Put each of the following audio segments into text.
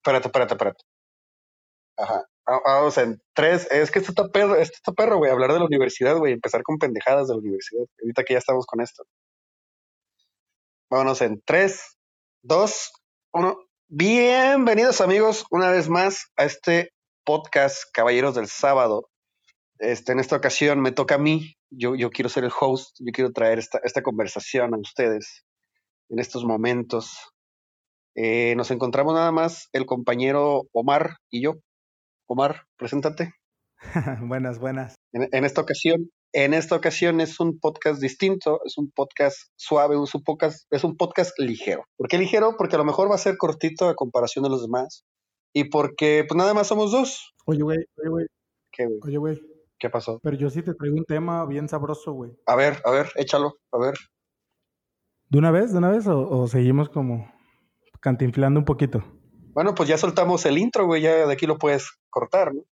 Espérate. Ajá. Vamos en tres. Es que esto está perro, güey. Hablar de la universidad, güey. Empezar con pendejadas de la universidad. Ahorita que ya estamos con esto. Vámonos en tres, dos, uno. Bienvenidos, amigos, una vez más a este podcast Caballeros del Sábado. En esta ocasión me toca a mí. Yo quiero ser el host. Yo quiero traer esta conversación a ustedes en estos momentos. Nos encontramos nada más el compañero Omar y yo. Omar, preséntate. Buenas. En esta ocasión es un podcast distinto, es un podcast suave, es un podcast ligero. ¿Por qué ligero? Porque a lo mejor va a ser cortito a comparación de los demás y porque pues nada más somos dos. Oye, güey. ¿Qué, güey? Oye, güey. ¿Qué pasó? Pero yo sí te traigo un tema bien sabroso, güey. A ver, échalo, a ver. ¿De una vez o seguimos como cantinflando un poquito? Bueno, pues ya soltamos el intro, güey, ya de aquí lo puedes cortar, ¿no?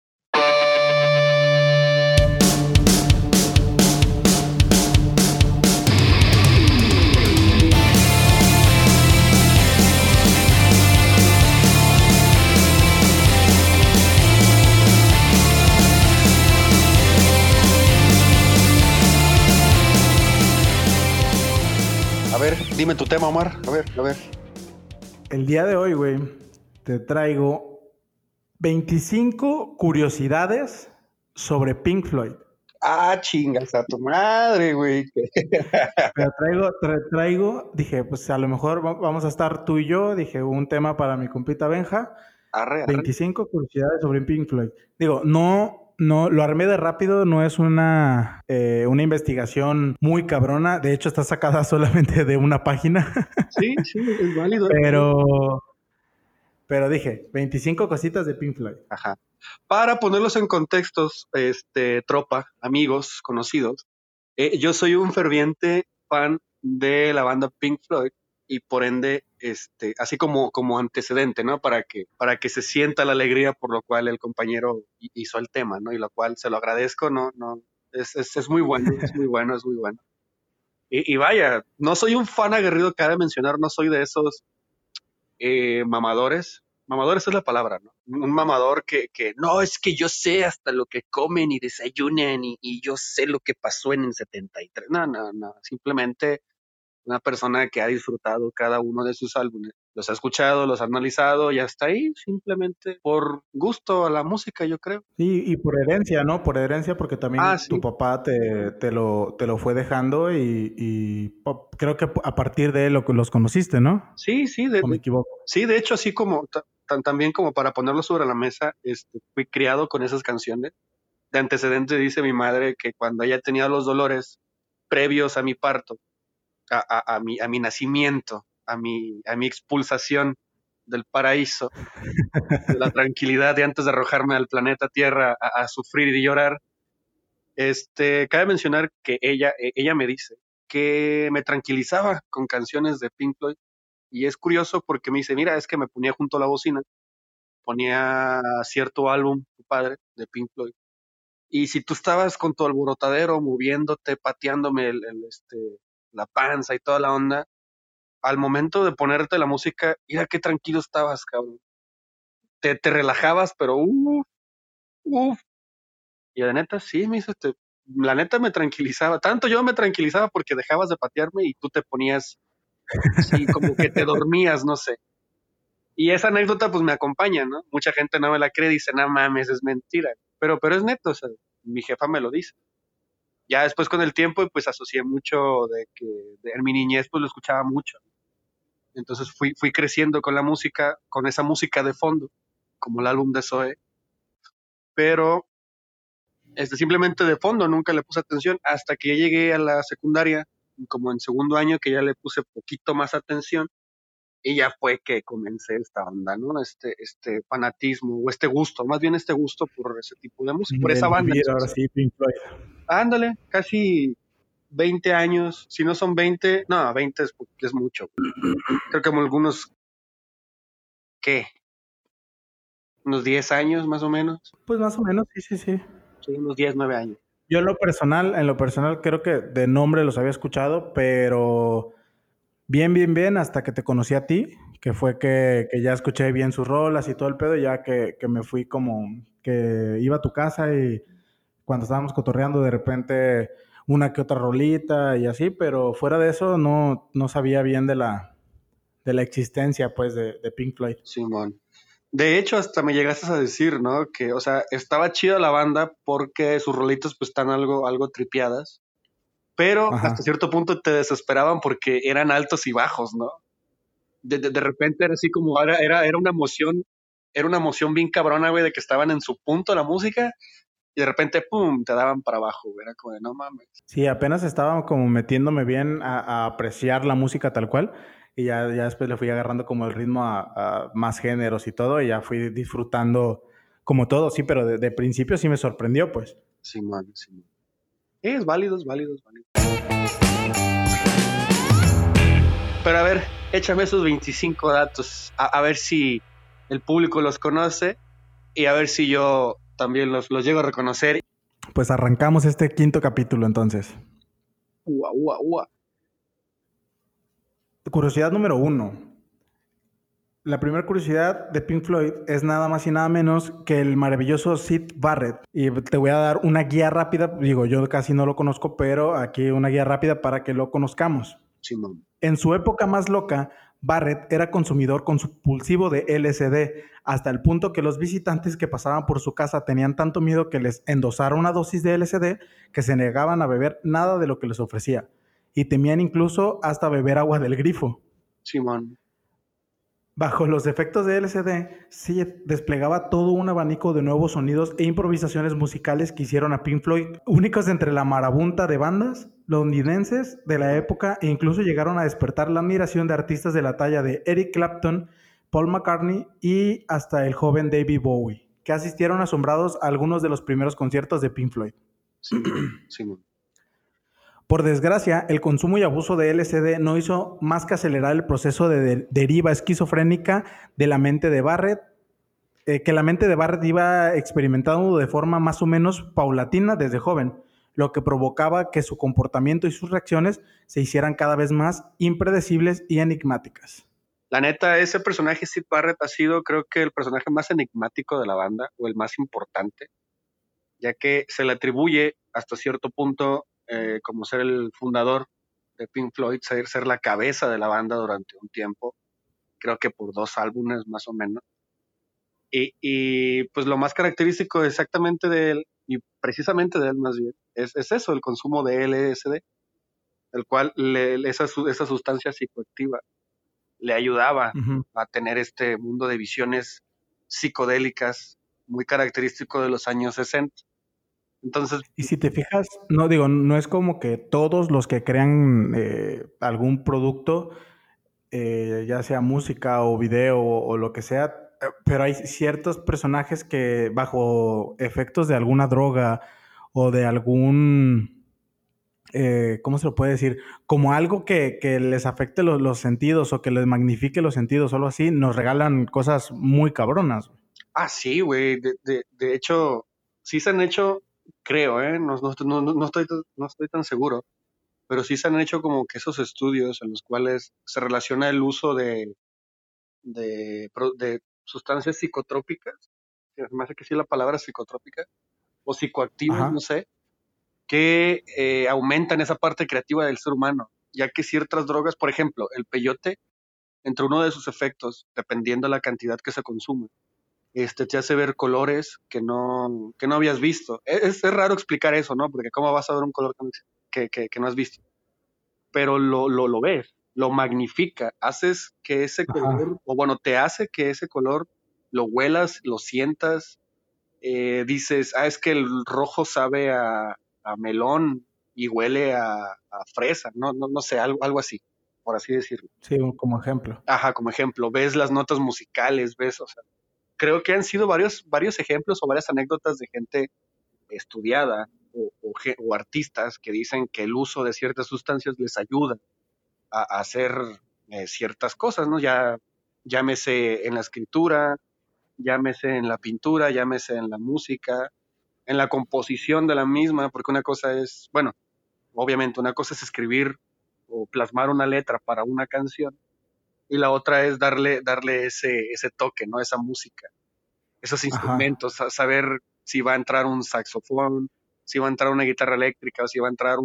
A ver, dime tu tema, Omar. A ver. El día de hoy, güey, te traigo 25 curiosidades sobre Pink Floyd. Ah, chingas a tu madre, güey. Pero traigo, dije, pues a lo mejor vamos a estar tú y yo, dije, un tema para mi compita Benja. Arre. 25 curiosidades sobre Pink Floyd. Digo, no, lo armé de rápido, no es una investigación muy cabrona. De hecho, está sacada solamente de una página. Sí, es válido. Pero dije, 25 cositas de Pink Floyd. Ajá. Para ponerlos en contextos, tropa, amigos, conocidos, yo soy un ferviente fan de la banda Pink Floyd y por ende, así como antecedente, ¿no? Para que se sienta la alegría por lo cual el compañero hizo el tema, ¿no? Y lo cual se lo agradezco, no, es muy bueno, es muy bueno. Y vaya, no soy un fan aguerrido, cabe mencionar, no soy de esos mamadores. Mamadores es la palabra, ¿no? Un mamador que no, es que yo sé hasta lo que comen y desayunan y yo sé lo que pasó en el 73. No. Simplemente una persona que ha disfrutado cada uno de sus álbumes. Los ha escuchado, los ha analizado y hasta ahí, simplemente por gusto a la música, yo creo. Sí, y por herencia, ¿no? Por herencia, porque también Sí. tu papá te lo fue dejando y creo que a partir de él los conociste, ¿no? Sí, ¿O me equivoco? Sí, de hecho, así como también como para ponerlo sobre la mesa, fui criado con esas canciones. De antecedente dice mi madre que cuando ella tenía los dolores previos a mi parto, a mi nacimiento, a mi expulsación del paraíso, de la tranquilidad de antes de arrojarme al planeta Tierra a sufrir y llorar, cabe mencionar que ella me dice que me tranquilizaba con canciones de Pink Floyd. Y es curioso porque me dice, mira, es que me ponía junto a la bocina, ponía cierto álbum, tu padre, de Pink Floyd. Y si tú estabas con tu alborotadero, moviéndote, pateándome la panza y toda la onda, al momento de ponerte la música, mira qué tranquilo estabas, cabrón. Te relajabas, pero uff. Y la neta, sí, me dice, la neta me tranquilizaba. Tanto yo me tranquilizaba porque dejabas de patearme y tú te ponías así, como que te dormías, no sé. Y esa anécdota pues me acompaña, ¿no? Mucha gente no me la cree, dice, no mames, es mentira. Pero es neto, o sea, mi jefa me lo dice. Ya después con el tiempo pues asocié mucho de que en mi niñez pues lo escuchaba mucho. Entonces fui creciendo con la música, con esa música de fondo, como el álbum de Zoe, pero simplemente de fondo, nunca le puse atención hasta que ya llegué a la secundaria, como en segundo año que ya le puse poquito más atención y ya fue que comencé esta onda, ¿no? Este fanatismo o este gusto, más bien este gusto por ese tipo de música, por esa El banda. vivir, ahora sí, Pink Floyd. Ándale, casi 20 años, si no son 20, no, 20 es mucho. Creo que como algunos, ¿qué? Unos 10 años más o menos. Pues más o menos, sí. Sí, unos 10, 9 años. Yo en lo personal creo que de nombre los había escuchado, pero Bien, bien, bien, hasta que te conocí a ti, que fue que ya escuché bien sus rolas y todo el pedo, ya que me fui como que iba a tu casa y cuando estábamos cotorreando de repente una que otra rolita y así, pero fuera de eso no sabía bien de la existencia pues de Pink Floyd. Simón. De hecho, hasta me llegaste a decir, ¿no? Que, o sea, estaba chida la banda porque sus rolitos pues están algo tripiadas, pero hasta Ajá. cierto punto te desesperaban porque eran altos y bajos, ¿no? De repente era así como, era una emoción bien cabrona, güey, de que estaban en su punto la música y de repente, pum, te daban para abajo, güey. Era como de, no mames. Sí, apenas estaba como metiéndome bien a apreciar la música tal cual y ya después le fui agarrando como el ritmo a más géneros y todo y ya fui disfrutando como todo, sí, pero de principio sí me sorprendió pues. Simón, Simón. Es válido, es válido, es válido. Pero a ver, échame esos 25 datos, a ver si el público los conoce y a ver si yo también los llego a reconocer. Pues arrancamos este quinto capítulo entonces. Ua, ua, ua. Curiosidad número uno. La primera curiosidad de Pink Floyd es nada más y nada menos que el maravilloso Syd Barrett. Y te voy a dar una guía rápida, digo, yo casi no lo conozco, pero aquí una guía rápida para que lo conozcamos. Simón. En su época más loca, Barrett era consumidor compulsivo de LSD, hasta el punto que los visitantes que pasaban por su casa tenían tanto miedo que les endosara una dosis de LSD que se negaban a beber nada de lo que les ofrecía. Y temían incluso hasta beber agua del grifo. Simón. Bajo los efectos de LSD, sí desplegaba todo un abanico de nuevos sonidos e improvisaciones musicales que hicieron a Pink Floyd únicos entre la marabunta de bandas londinenses de la época e incluso llegaron a despertar la admiración de artistas de la talla de Eric Clapton, Paul McCartney y hasta el joven David Bowie, que asistieron asombrados a algunos de los primeros conciertos de Pink Floyd. Simón. Simón. Por desgracia, el consumo y abuso de LSD no hizo más que acelerar el proceso de deriva esquizofrénica de la mente de Barrett, que la mente de Barrett iba experimentando de forma más o menos paulatina desde joven, lo que provocaba que su comportamiento y sus reacciones se hicieran cada vez más impredecibles y enigmáticas. La neta, ese personaje, Sid Barrett, ha sido creo que el personaje más enigmático de la banda o el más importante, ya que se le atribuye hasta cierto punto como ser el fundador de Pink Floyd, ser la cabeza de la banda durante un tiempo, creo que por 2 álbumes más o menos. Y pues lo más característico exactamente de él, y precisamente de él más bien, es eso, el consumo de LSD, el cual esa sustancia psicoactiva le ayudaba Uh-huh. a tener este mundo de visiones psicodélicas muy característico de los años 60. Entonces, Y si te fijas, no digo, no es como que todos los que crean algún producto ya sea música o video o lo que sea, pero hay ciertos personajes que bajo efectos de alguna droga o de algún, ¿cómo se lo puede decir? Como algo que les afecte los sentidos o que les magnifique los sentidos o algo así, nos regalan cosas muy cabronas. sí, güey, de hecho, sí se han hecho, creo, no estoy tan seguro, pero sí se han hecho como que esos estudios en los cuales se relaciona el uso de sustancias psicotrópicas, que me hace que sí la palabra psicotrópica, o psicoactivas, no Ajá, sé, que aumentan esa parte creativa del ser humano, ya que ciertas drogas, por ejemplo, el peyote, entre uno de sus efectos, dependiendo de la cantidad que se consume, te hace ver colores que no habías visto. Es raro explicar eso, ¿no? Porque ¿cómo vas a ver un color que no has visto? Pero lo ves, lo magnifica, haces que ese color, ajá. o bueno, te hace que ese color lo huelas, lo sientas, dices, es que el rojo sabe a melón y huele a fresa, no sé, algo así, por así decirlo. Sí, como ejemplo. Ajá, como ejemplo, ves las notas musicales, ves, o sea, creo que han sido varios ejemplos o varias anécdotas de gente estudiada o artistas que dicen que el uso de ciertas sustancias les ayuda a hacer ciertas cosas, ¿no? Ya llámese en la escritura, llámese en la pintura, llámese en la música, en la composición de la misma, porque una cosa es, bueno, obviamente una cosa es escribir o plasmar una letra para una canción, y la otra es darle ese toque, ¿no? Esa música, esos Ajá. instrumentos, saber si va a entrar un saxofón, si va a entrar una guitarra eléctrica o si va a entrar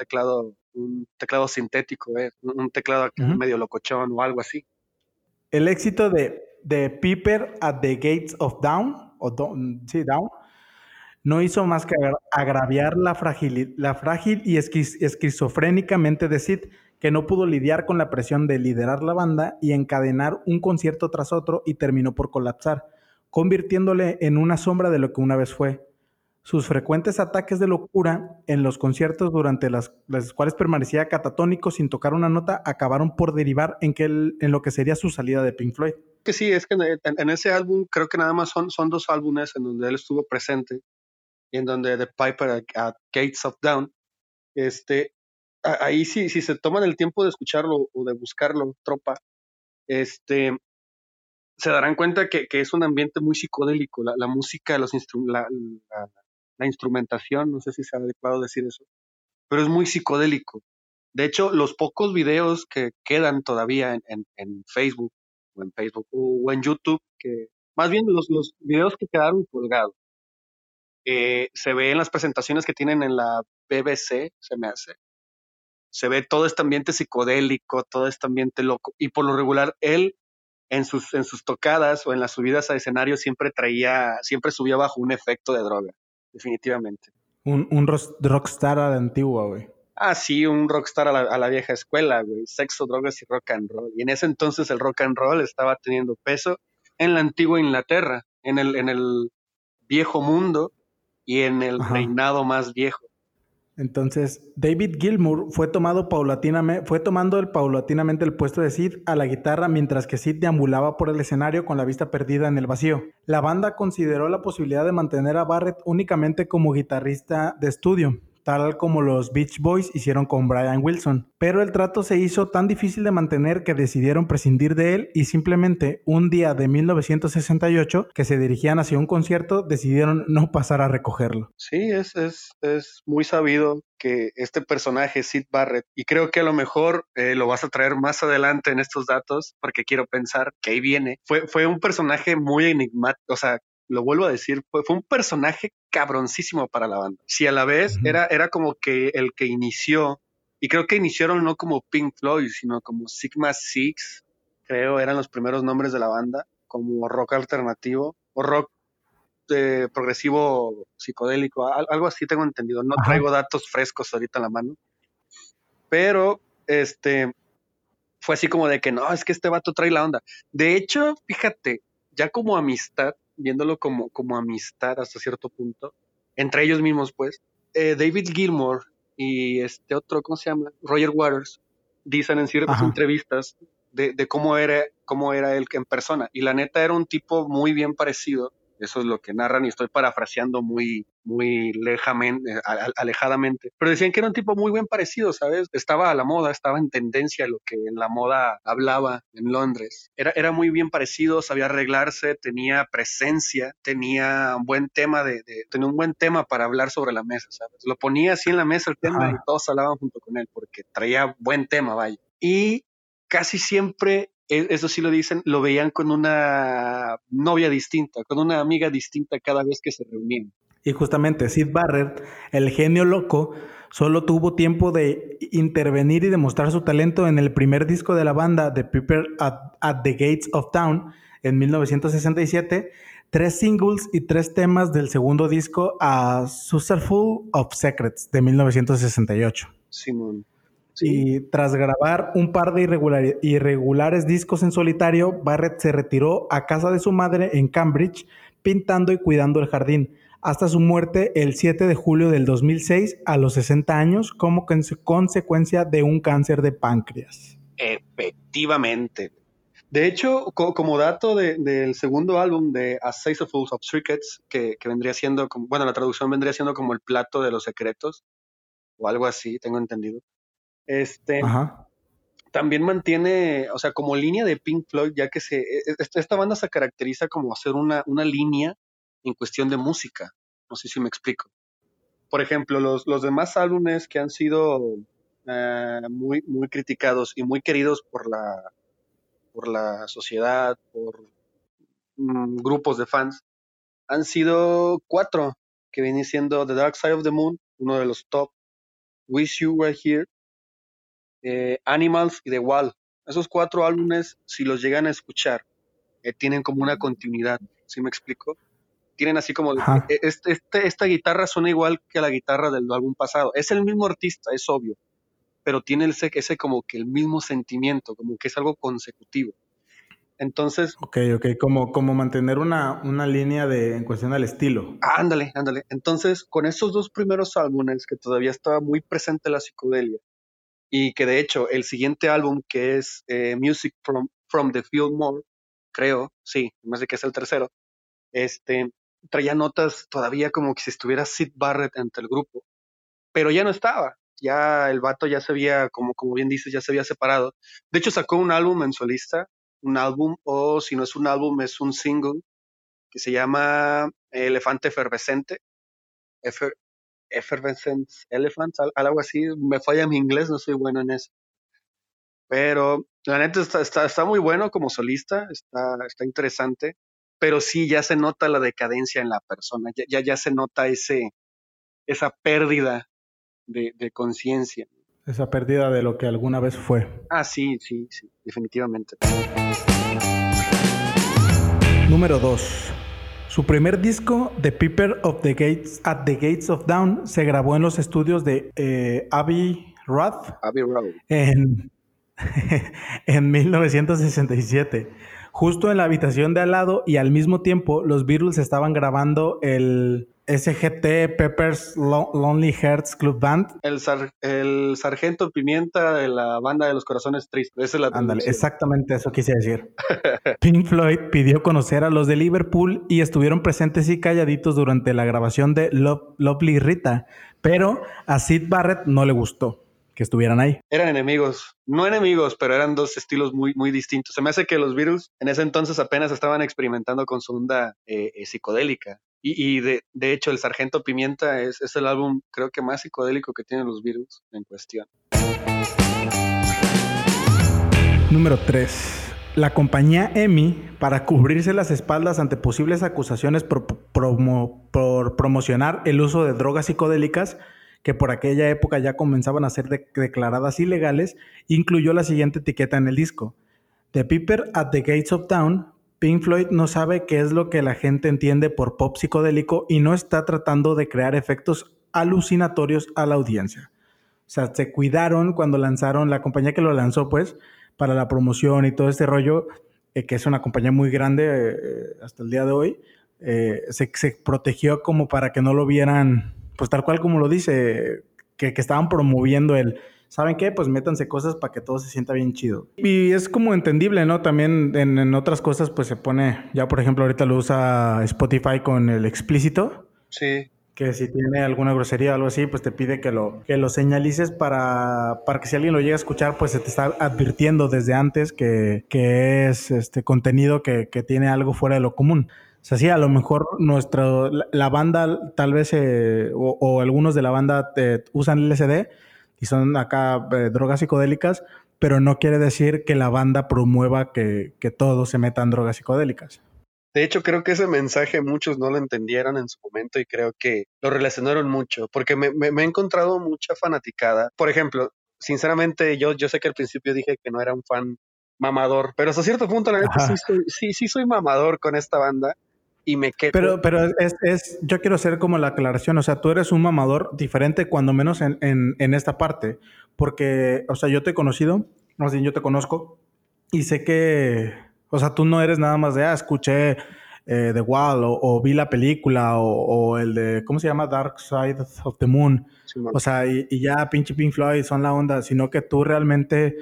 un teclado sintético, un teclado acá Ujú. medio locochón o algo así. El éxito de Piper at the Gates of Dawn, sí, Dawn, no hizo más que agraviar la frágil y esquizofrénica mente de Sid, que no pudo lidiar con la presión de liderar la banda y encadenar un concierto tras otro y terminó por colapsar, convirtiéndole en una sombra de lo que una vez fue. Sus frecuentes ataques de locura en los conciertos durante las cuales permanecía catatónico sin tocar una nota acabaron por derivar en lo que sería su salida de Pink Floyd. Que sí, es que en ese álbum creo que nada más son dos álbumes en donde él estuvo presente y en donde The Piper at Gates of Dawn, este, ahí sí, si se toman el tiempo de escucharlo o de buscarlo, tropa, este, se darán cuenta que es un ambiente muy psicodélico, la música, la instrumentación, no sé si sea adecuado decir eso, pero es muy psicodélico. De hecho, los pocos videos que quedan todavía en Facebook, o en YouTube, que más bien los videos que quedaron colgados, se ve en las presentaciones que tienen en la BBC, se me hace. Se ve todo este ambiente psicodélico, todo este ambiente loco. Y por lo regular, él en sus tocadas o en las subidas a escenario siempre subía bajo un efecto de droga, definitivamente. Un rockstar a la antigua, güey. Ah, sí, un rockstar a la vieja escuela, güey. Sexo, drogas y rock and roll. Y en ese entonces el rock and roll estaba teniendo peso en la antigua Inglaterra, en el viejo mundo y en el Ajá. reinado más viejo. Entonces, David Gilmour fue tomando paulatinamente el puesto de Sid a la guitarra mientras que Sid deambulaba por el escenario con la vista perdida en el vacío. La banda consideró la posibilidad de mantener a Barrett únicamente como guitarrista de estudio, tal como los Beach Boys hicieron con Brian Wilson. Pero el trato se hizo tan difícil de mantener que decidieron prescindir de él y simplemente un día de 1968 que se dirigían hacia un concierto decidieron no pasar a recogerlo. Sí, es muy sabido que este personaje, Sid Barrett, y creo que a lo mejor lo vas a traer más adelante en estos datos, porque quiero pensar que ahí viene, fue un personaje muy enigmático, o sea, lo vuelvo a decir, fue un personaje cabroncísimo para la banda. Si a la vez Ujú. era como que el que inició, y creo que iniciaron no como Pink Floyd, sino como Sigma Six, creo eran los primeros nombres de la banda, como rock alternativo, o rock progresivo psicodélico, algo así tengo entendido. No Ajá. traigo datos frescos ahorita en la mano, pero fue así como de que no, es que este vato trae la onda. De hecho, fíjate, ya como amistad, viéndolo como amistad hasta cierto punto, entre ellos mismos, pues, David Gilmour y este otro, ¿cómo se llama? Roger Waters, dicen en ciertas Ajá. entrevistas de cómo era él en persona. Y la neta era un tipo muy bien parecido. Eso es lo que narran y estoy parafraseando muy, muy alejadamente. Pero decían que era un tipo muy bien parecido, ¿sabes? Estaba a la moda, estaba en tendencia lo que en la moda hablaba en Londres. Era muy bien parecido, sabía arreglarse, tenía presencia, tenía un buen tema tenía un buen tema para hablar sobre la mesa, ¿sabes? Lo ponía así en la mesa el tema y Ajá. todos hablaban junto con él porque traía buen tema, vaya. Y casi siempre, eso sí lo dicen, lo veían con una novia distinta, con una amiga distinta cada vez que se reunían. Y justamente Sid Barrett, el genio loco, solo tuvo tiempo de intervenir y demostrar su talento en el primer disco de la banda, The People at the Gates of Town, en 1967, 3 singles y 3 temas del segundo disco, A Saucerful of Secrets, de 1968. Simón, sí, Y tras grabar un par de irregulares discos en solitario, Barrett se retiró a casa de su madre en Cambridge, pintando y cuidando el jardín, hasta su muerte el 7 de julio del 2006 a los 60 años como consecuencia de un cáncer de páncreas. efectivamente. De hecho, como dato del segundo álbum de A Saucerful of Secrets, que vendría siendo, bueno, la traducción vendría siendo como el plato de los secretos, o algo así, tengo entendido. Este, Ajá. también mantiene, o sea, como línea de Pink Floyd, ya que esta banda se caracteriza como hacer una línea en cuestión de música. No sé si me explico. Por ejemplo, los demás álbumes que han sido muy, muy criticados y muy queridos por la sociedad, por grupos de fans, han sido cuatro, que viene siendo The Dark Side of the Moon, uno de los top, Wish You Were Here, Animals y The Wall. Esos cuatro álbumes, si los llegan a escuchar, tienen como una continuidad, ¿sí me explico? Tienen así como, Ajá. esta guitarra suena igual que la guitarra del álbum pasado. Es el mismo artista, es obvio, pero tiene ese como que el mismo sentimiento, como que es algo consecutivo. Entonces, Ok, ok, como mantener una línea en cuestión del estilo. ándale, ándale. Entonces, con esos dos primeros álbumes que todavía estaba muy presente la psicodelia y que de hecho el siguiente álbum que es Music from the Fillmore, creo, sí, me parece que es el tercero, este, traía notas todavía como que si estuviera Sid Barrett entre el grupo, pero ya no estaba. Ya el vato ya se había, como bien dices, ya se había separado. De hecho, sacó un álbum en solista, un álbum, o si no es un álbum, es un single que se llama Elefante Efervescente, Efer- Effervescent Elephant, algo así. Me falla mi inglés, no soy bueno en eso. Pero la neta está muy bueno como solista, está interesante, pero sí ya se nota la decadencia en la persona, ya se nota esa pérdida de conciencia. Esa pérdida de lo que alguna vez fue. Ah, sí, sí, sí, definitivamente. Número 2. Su primer disco, The Piper of the Gates at the Gates of Dawn, se grabó en los estudios de Abbey Road Abbey Road. en, en 1967. Justo en la habitación de al lado y al mismo tiempo los Beatles estaban grabando el SGT Pepper's Lonely Hearts Club Band. El Sargento Pimienta de la banda de los Corazones Tristes, esa es la Ándale, traducción. exactamente eso quise decir. Pink Floyd pidió conocer a los de Liverpool y estuvieron presentes y calladitos durante la grabación de Lovely Rita, pero a Sid Barrett no le gustó que estuvieran ahí. Eran enemigos, no enemigos, pero eran dos estilos muy, muy distintos. Se me hace que los Beatles en ese entonces apenas estaban experimentando con su onda psicodélica. Y de hecho, el Sargento Pimienta es el álbum, creo que más psicodélico que tienen los Beatles en cuestión. Número 3. La compañía EMI, para cubrirse las espaldas ante posibles acusaciones por promocionar el uso de drogas psicodélicas, que por aquella época ya comenzaban a ser declaradas ilegales, incluyó la siguiente etiqueta en el disco: The Piper at the Gates of Dawn. Pink Floyd no sabe qué es lo que la gente entiende por pop psicodélico y no está tratando de crear efectos alucinatorios a la audiencia. O sea, se cuidaron cuando lanzaron, la compañía que lo lanzó, pues, para la promoción y todo este rollo, que es una compañía muy grande hasta el día de hoy, se protegió como para que no lo vieran, pues tal cual como lo dice, que estaban promoviendo el, ¿saben qué? Pues métanse cosas para que todo se sienta bien chido. Y es como entendible, ¿no? También en otras cosas, pues se pone, ya por ejemplo, ahorita lo usa Spotify con el explícito, Sí, que si tiene alguna grosería o algo así, pues te pide que lo señalices para que si alguien lo llega a escuchar, pues se te está advirtiendo desde antes que es contenido que tiene algo fuera de lo común. O sea, sí, a lo mejor la banda tal vez, o algunos de la banda usan LSD y son acá drogas psicodélicas, pero no quiere decir que la banda promueva que todos se metan drogas psicodélicas. de hecho creo que ese mensaje muchos no lo entendieron en su momento y creo que lo relacionaron mucho, porque me he encontrado mucha fanaticada. Por ejemplo, sinceramente yo sé que al principio dije que no era un fan mamador, pero hasta cierto punto la neta Ajá. sí soy mamador con esta banda y me quejo. Pero yo quiero hacer como la aclaración, o sea, tú eres un mamador diferente cuando menos en esta parte, porque, o sea, yo te he conocido, más bien yo te conozco, y sé que, o sea, tú no eres nada más de, escuché The Wall, o vi la película, o el de, ¿cómo se llama? Dark Side of the Moon, Simón. o sea, y ya pinche Pink Floyd son la onda, sino que tú realmente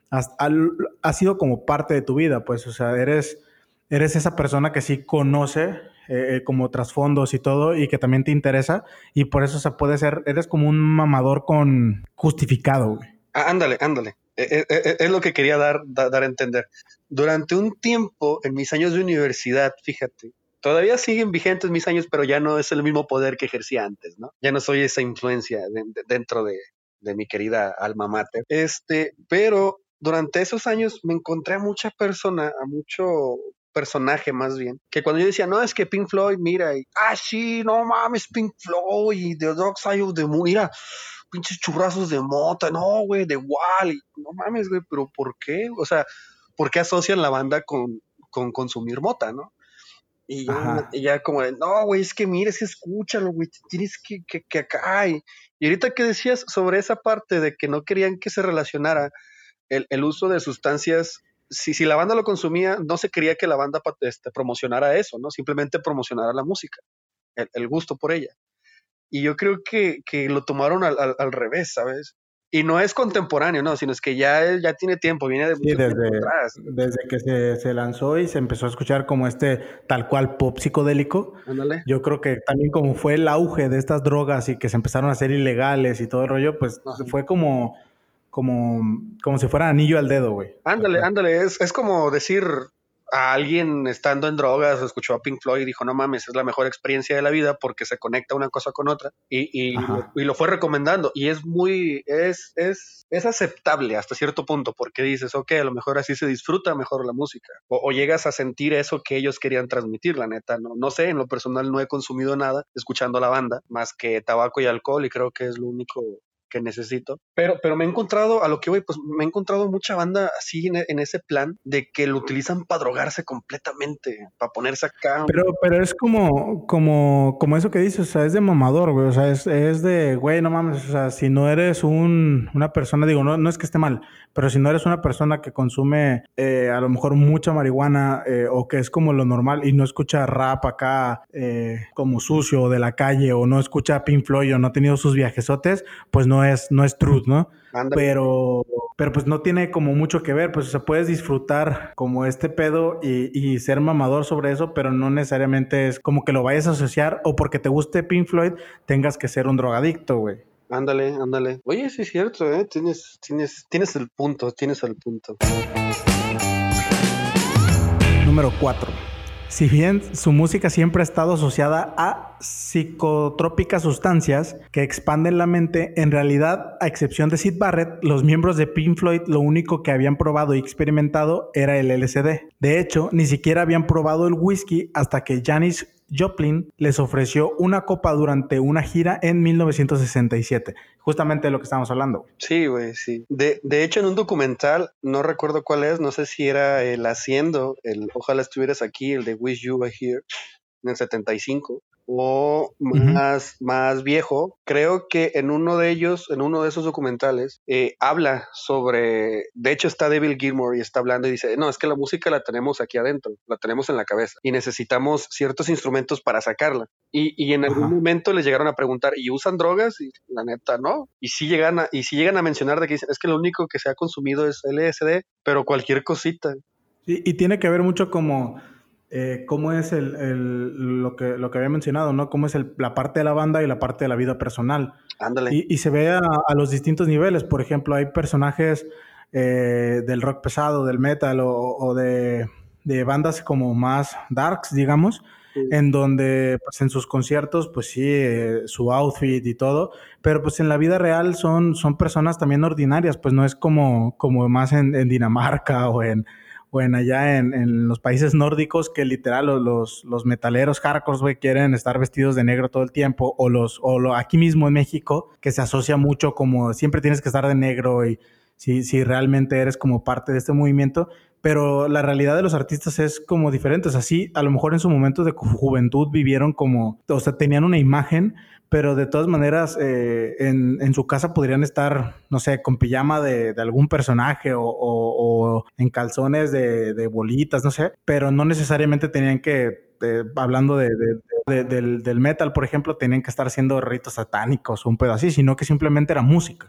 has sido como parte de tu vida, pues, o sea, eres esa persona que sí conoce como trasfondos y todo y que también te interesa y por eso se puede ser, eres como un mamador con justificado, güey. Ándale, ándale. Es lo que quería dar a entender. Durante un tiempo, en mis años de universidad, fíjate, todavía siguen vigentes mis años, pero ya no es el mismo poder que ejercía antes, ¿no? Ya no soy esa influencia dentro de mi querida alma mater. Pero durante esos años me encontré a mucha persona, a mucho personaje más bien, que cuando yo decía, no, es que Pink Floyd, mira, sí, no mames, Pink Floyd y The Dark Side of the Moon, mira, pinches churrazos de mota, no, güey, de Wall, y no mames, güey, pero ¿por qué? O sea, ¿por qué asocian la banda con consumir mota, no? Y ya como de, no, güey, es que mira, es que escúchalo, güey, tienes que acá. Y ahorita que decías sobre esa parte de que no querían que se relacionara el uso de sustancias, si la banda lo consumía, no se quería que la banda promocionara eso, ¿no? Simplemente promocionara la música, el gusto por ella. Y yo creo que lo tomaron al revés, ¿sabes? Y no es contemporáneo, no, sino es que ya tiene tiempo, viene de Sí, mucho tiempo atrás. desde que se lanzó y se empezó a escuchar como tal cual pop psicodélico, Ándale. yo creo que también como fue el auge de estas drogas y que se empezaron a hacer ilegales y todo el rollo, pues Ajá. fue como si fuera anillo al dedo, güey. Ándale, es como decir a alguien estando en drogas, escuchó a Pink Floyd y dijo, no mames, es la mejor experiencia de la vida porque se conecta una cosa con otra y lo fue recomendando y es aceptable hasta cierto punto porque dices, ok, a lo mejor así se disfruta mejor la música o llegas a sentir eso que ellos querían transmitir, la neta, no sé, en lo personal no he consumido nada escuchando a la banda más que tabaco y alcohol y creo que es lo único que necesito, pero me he encontrado, a lo que voy, pues me he encontrado mucha banda así en ese plan de que lo utilizan para drogarse completamente, para ponerse acá. Pero es como eso que dices, o sea, es de mamador, güey, o sea, es de, güey, no mames, o sea, si no eres una persona, digo, no es que esté mal, pero si no eres una persona que consume a lo mejor mucha marihuana o que es como lo normal y no escucha rap acá como sucio o de la calle o no escucha Pink Floyd o no ha tenido sus viajesotes, pues no es truth, ¿no? Ándale. Pero pues no tiene como mucho que ver, pues o sea, puedes disfrutar como este pedo y ser mamador sobre eso, pero no necesariamente es como que lo vayas a asociar o porque te guste Pink Floyd tengas que ser un drogadicto, güey. Ándale. Oye, sí es cierto, tienes el punto, Número 4. Si bien su música siempre ha estado asociada a psicotrópicas sustancias que expanden la mente, en realidad, a excepción de Syd Barrett, los miembros de Pink Floyd lo único que habían probado y experimentado era el LSD. De hecho, ni siquiera habían probado el whisky hasta que Janis Joplin les ofreció una copa durante una gira en 1967. Justamente de lo que estamos hablando. Sí, güey, sí. De hecho, en un documental, no recuerdo cuál es, no sé si era el Haciendo, Ojalá estuvieras aquí, el de Wish You Were Here, en el 75, o más viejo, creo que en uno de esos documentales, habla sobre, de hecho está David Gilmour y está hablando y dice, no, es que la música la tenemos aquí adentro, la tenemos en la cabeza y necesitamos ciertos instrumentos para sacarla. Y en algún momento les llegaron a preguntar, ¿y usan drogas? Y la neta, no. Y si llegan a mencionar de que dicen, es que lo único que se ha consumido es LSD, pero cualquier cosita. Y tiene que ver mucho como cómo es lo que había mencionado, ¿no? Cómo es la parte de la banda y la parte de la vida personal. Ándale. Y se ve a los distintos niveles. Por ejemplo, hay personajes del rock pesado, del metal o de bandas como más darks, digamos, en donde pues en sus conciertos, pues sí, su outfit y todo, pero pues en la vida real son personas también ordinarias, pues no es como más en Dinamarca o en allá en los países nórdicos que literal los metaleros hardcore, güey, quieren estar vestidos de negro todo el tiempo, o aquí mismo en México, que se asocia mucho como siempre tienes que estar de negro y si realmente eres como parte de este movimiento, pero la realidad de los artistas es como diferente, o sea, sí, a lo mejor en su momento de juventud vivieron como, o sea, tenían una imagen, pero de todas maneras en su casa podrían estar, no sé, con pijama de algún personaje o en calzones de bolitas, no sé, pero no necesariamente tenían que, hablando del metal, por ejemplo, tenían que estar haciendo ritos satánicos o un pedo así, sino que simplemente era música.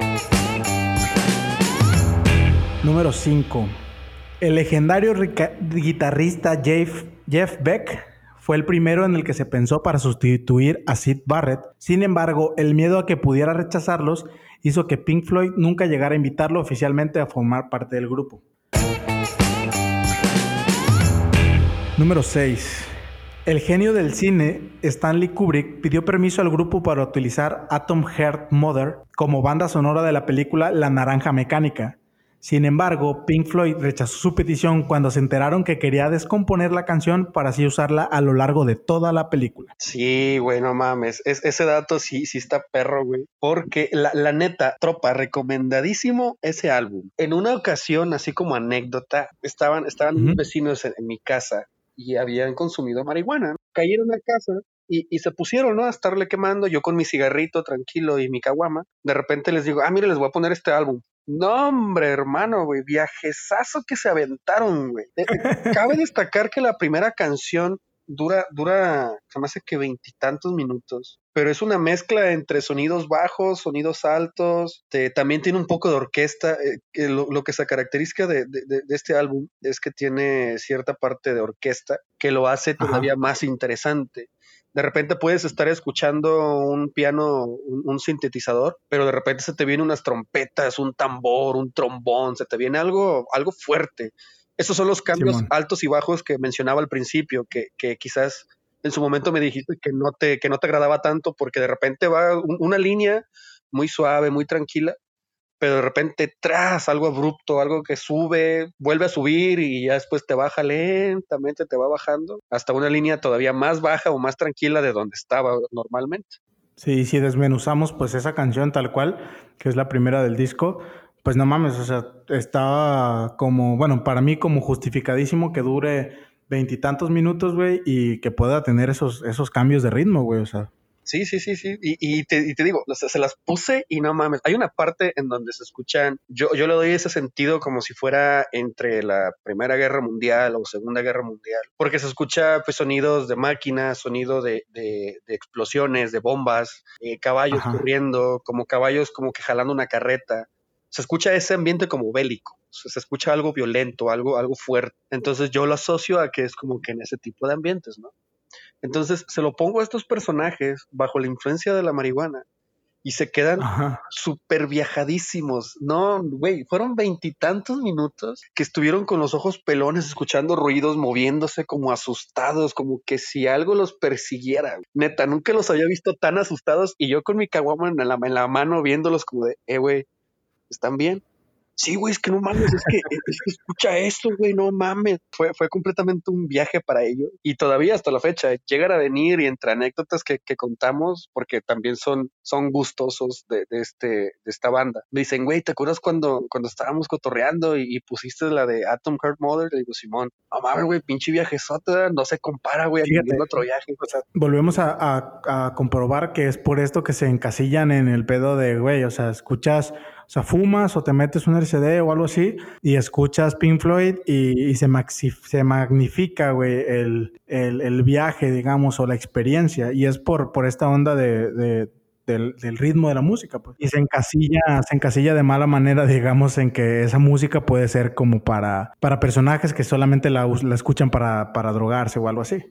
Número 5. El legendario guitarrista Jeff Beck fue el primero en el que se pensó para sustituir a Syd Barrett. Sin embargo, el miedo a que pudiera rechazarlos hizo que Pink Floyd nunca llegara a invitarlo oficialmente a formar parte del grupo. Número 6. El genio del cine, Stanley Kubrick, pidió permiso al grupo para utilizar Atom Heart Mother como banda sonora de la película La Naranja Mecánica. Sin embargo, Pink Floyd rechazó su petición cuando se enteraron que quería descomponer la canción para así usarla a lo largo de toda la película. Sí, güey, no mames. Ese dato sí está perro, güey. Porque la neta, tropa, recomendadísimo ese álbum. En una ocasión, así como anécdota, estaban unos Ujú. vecinos en mi casa y habían consumido marihuana. Cayeron a casa y se pusieron, ¿no? A estarle quemando. Yo con mi cigarrito tranquilo y mi caguama. De repente les digo, mire, les voy a poner este álbum. No, hombre, hermano, güey, viajesazo que se aventaron, güey. Cabe destacar que la primera canción se me hace que veintitantos minutos, pero es una mezcla entre sonidos bajos, sonidos altos, también tiene un poco de orquesta, que lo que se caracteriza de este álbum es que tiene cierta parte de orquesta que lo hace todavía Ajá. más interesante. De repente puedes estar escuchando un piano, un sintetizador, pero de repente se te vienen unas trompetas, un tambor, un trombón, se te viene algo fuerte. Esos son los cambios Simón. altos y bajos que mencionaba al principio, que quizás en su momento me dijiste que no te agradaba tanto porque de repente va una línea muy suave, muy tranquila, pero de repente tras algo abrupto, algo que sube, vuelve a subir y ya después te baja lentamente, te va bajando hasta una línea todavía más baja o más tranquila de donde estaba normalmente. Sí, si desmenuzamos pues esa canción tal cual, que es la primera del disco, pues no mames, o sea, está como, bueno, para mí como justificadísimo que dure veintitantos minutos, güey, y que pueda tener esos cambios de ritmo, güey, o sea. Sí, sí, sí, sí. Y te digo, o sea, se las puse y no mames. Hay una parte en donde se escuchan, yo le doy ese sentido como si fuera entre la Primera Guerra Mundial o Segunda Guerra Mundial, porque se escucha pues sonidos de máquinas, sonido de explosiones, de bombas, caballos Ajá. corriendo, como caballos como que jalando una carreta. Se escucha ese ambiente como bélico. O sea, se escucha algo violento, algo fuerte. Entonces yo lo asocio a que es como que en ese tipo de ambientes, ¿no? Entonces se lo pongo a estos personajes bajo la influencia de la marihuana y se quedan Ajá. súper viajadísimos. No, güey, fueron veintitantos minutos que estuvieron con los ojos pelones, escuchando ruidos, moviéndose como asustados, como que si algo los persiguiera. Neta, nunca los había visto tan asustados y yo con mi caguama en la mano viéndolos como de, güey, ¿están bien? Sí, güey, es que no mames, es que escucha eso, güey, no mames. Fue completamente un viaje para ellos. Y todavía hasta la fecha, llegar a venir y entre anécdotas que contamos, porque también son gustosos de esta banda. Me dicen, güey, ¿te acuerdas cuando estábamos cotorreando y pusiste la de Atom Heart Mother? Le digo, Simón, no mames, güey, pinche viajesota, no se compara, güey, a Fíjate, ningún otro viaje. o sea, volvemos a comprobar que es por esto que se encasillan en el pedo de, güey, o sea, escuchas, o sea, fumas o te metes un LCD o algo así y escuchas Pink Floyd y se magnifica, güey, el viaje, digamos, o la experiencia. Y es por esta onda del ritmo de la música, pues. Y se encasilla de mala manera, digamos, en que esa música puede ser como para personajes que solamente la escuchan para drogarse o algo así.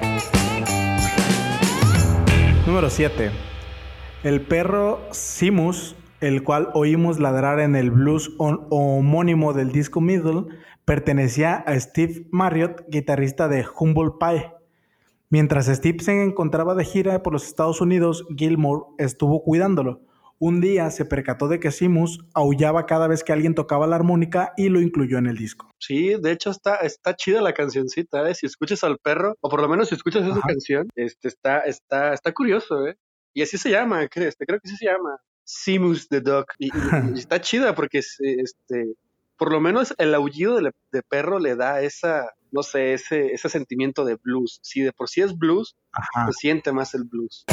Número 7. El perro Simus, el cual oímos ladrar en el blues homónimo del disco Middle, pertenecía a Steve Marriott, guitarrista de Humble Pie. Mientras Steve se encontraba de gira por los Estados Unidos, Gilmour estuvo cuidándolo. Un día se percató de que Simus aullaba cada vez que alguien tocaba la armónica y lo incluyó en el disco. Sí, de hecho está chida la cancioncita, ¿eh? Si escuchas al perro, o por lo menos si escuchas esa Ajá. canción, está curioso, ¿eh? Y así se llama, creo que sí se llama Simus the Dog. Y está chida porque por lo menos el aullido de perro le da no sé, ese sentimiento de blues. Si de por sí es blues, Ajá. se siente más el blues.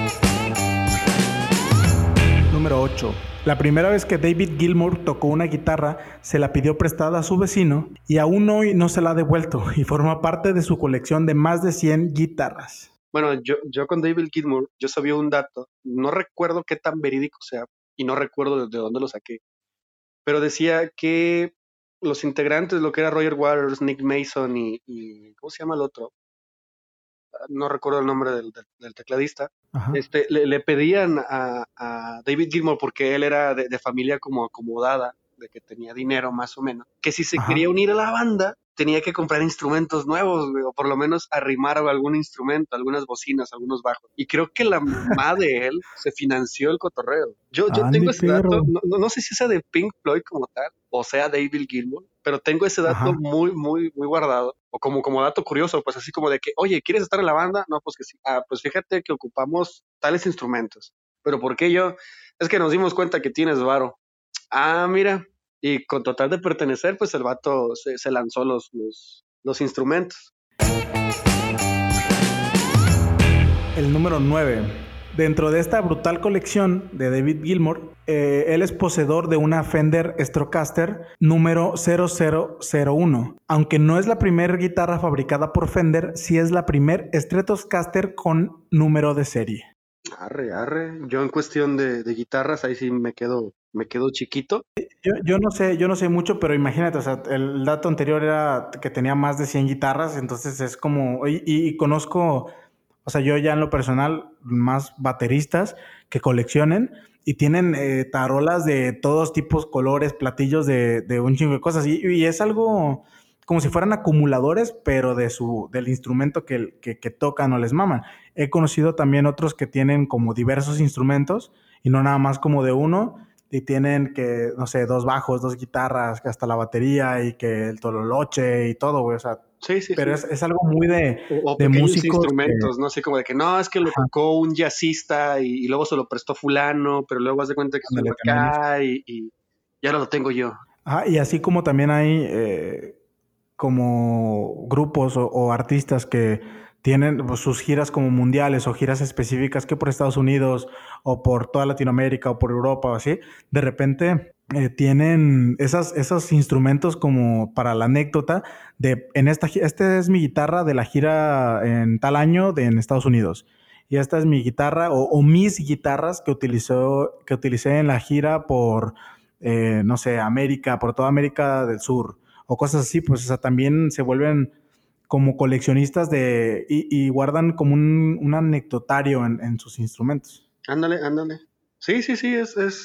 Número 8. La primera vez que David Gilmour tocó una guitarra, se la pidió prestada a su vecino y aún hoy no se la ha devuelto y forma parte de su colección de más de 100 guitarras. Bueno, yo con David Gilmour, yo sabía un dato, no recuerdo qué tan verídico sea y no recuerdo de dónde lo saqué, pero decía que los integrantes, lo que era Roger Waters, Nick Mason y ¿cómo se llama el otro? No recuerdo el nombre del tecladista. Ajá. Le pedían a David Gilmour, porque él era de familia como acomodada, de que tenía dinero más o menos, que si se quería Ajá. unir a la banda, tenía que comprar instrumentos nuevos, güey, o por lo menos arrimar algún instrumento, algunas bocinas, algunos bajos. Y creo que la mamá de él se financió el cotorreo. Yo tengo Andy, ese dato, perro. no sé si sea de Pink Floyd como tal, o sea David Gilmour, pero tengo ese dato Ajá. muy, muy, muy guardado. O como dato curioso, pues así como de que, oye, ¿quieres estar en la banda? No, pues que sí. Ah, pues fíjate que ocupamos tales instrumentos. ¿Pero por qué yo? Es que nos dimos cuenta que tienes varo. Ah, mira. Y con total de pertenecer, pues el vato se lanzó los instrumentos. El número 9. Dentro de esta brutal colección de David Gilmour, él es poseedor de una Fender Stratocaster número 0001. Aunque no es la primera guitarra fabricada por Fender, sí es la primer Stratocaster con número de serie. Arre, arre. Yo en cuestión de guitarras, ahí sí me quedo chiquito. Yo no sé mucho, pero imagínate, o sea, el dato anterior era que tenía más de 100 guitarras, entonces es como, y conozco, o sea, yo ya en lo personal, más bateristas que coleccionen y tienen tarolas de todos tipos, colores, platillos de un chingo de cosas, y es algo como si fueran acumuladores, pero del instrumento que tocan o les maman. He conocido también otros que tienen como diversos instrumentos y no nada más como de uno, y tienen que, no sé, dos bajos, dos guitarras, hasta la batería y que el tololoche y todo, güey, o sea, Sí, sí, pero sí. es algo muy O de pequeños músicos que, instrumentos, ¿no? Así como de que no, es que lo ajá, tocó un jazzista y luego se lo prestó fulano, pero luego haz de cuenta que estuvo ándale, también es. acá y ahora lo tengo yo. Ajá, y así como también hay como grupos o artistas que tienen pues, sus giras como mundiales o giras específicas que por Estados Unidos o por toda Latinoamérica o por Europa o así, de repente tienen esos instrumentos como para la anécdota de esta es mi guitarra de la gira en tal año en Estados Unidos. Y esta es mi guitarra o mis guitarras que utilicé en la gira por, no sé, América, por toda América del Sur o cosas así, pues, o sea, también se vuelven como coleccionistas y guardan como un anecdotario en sus instrumentos. Ándale, ándale. Sí, sí, sí,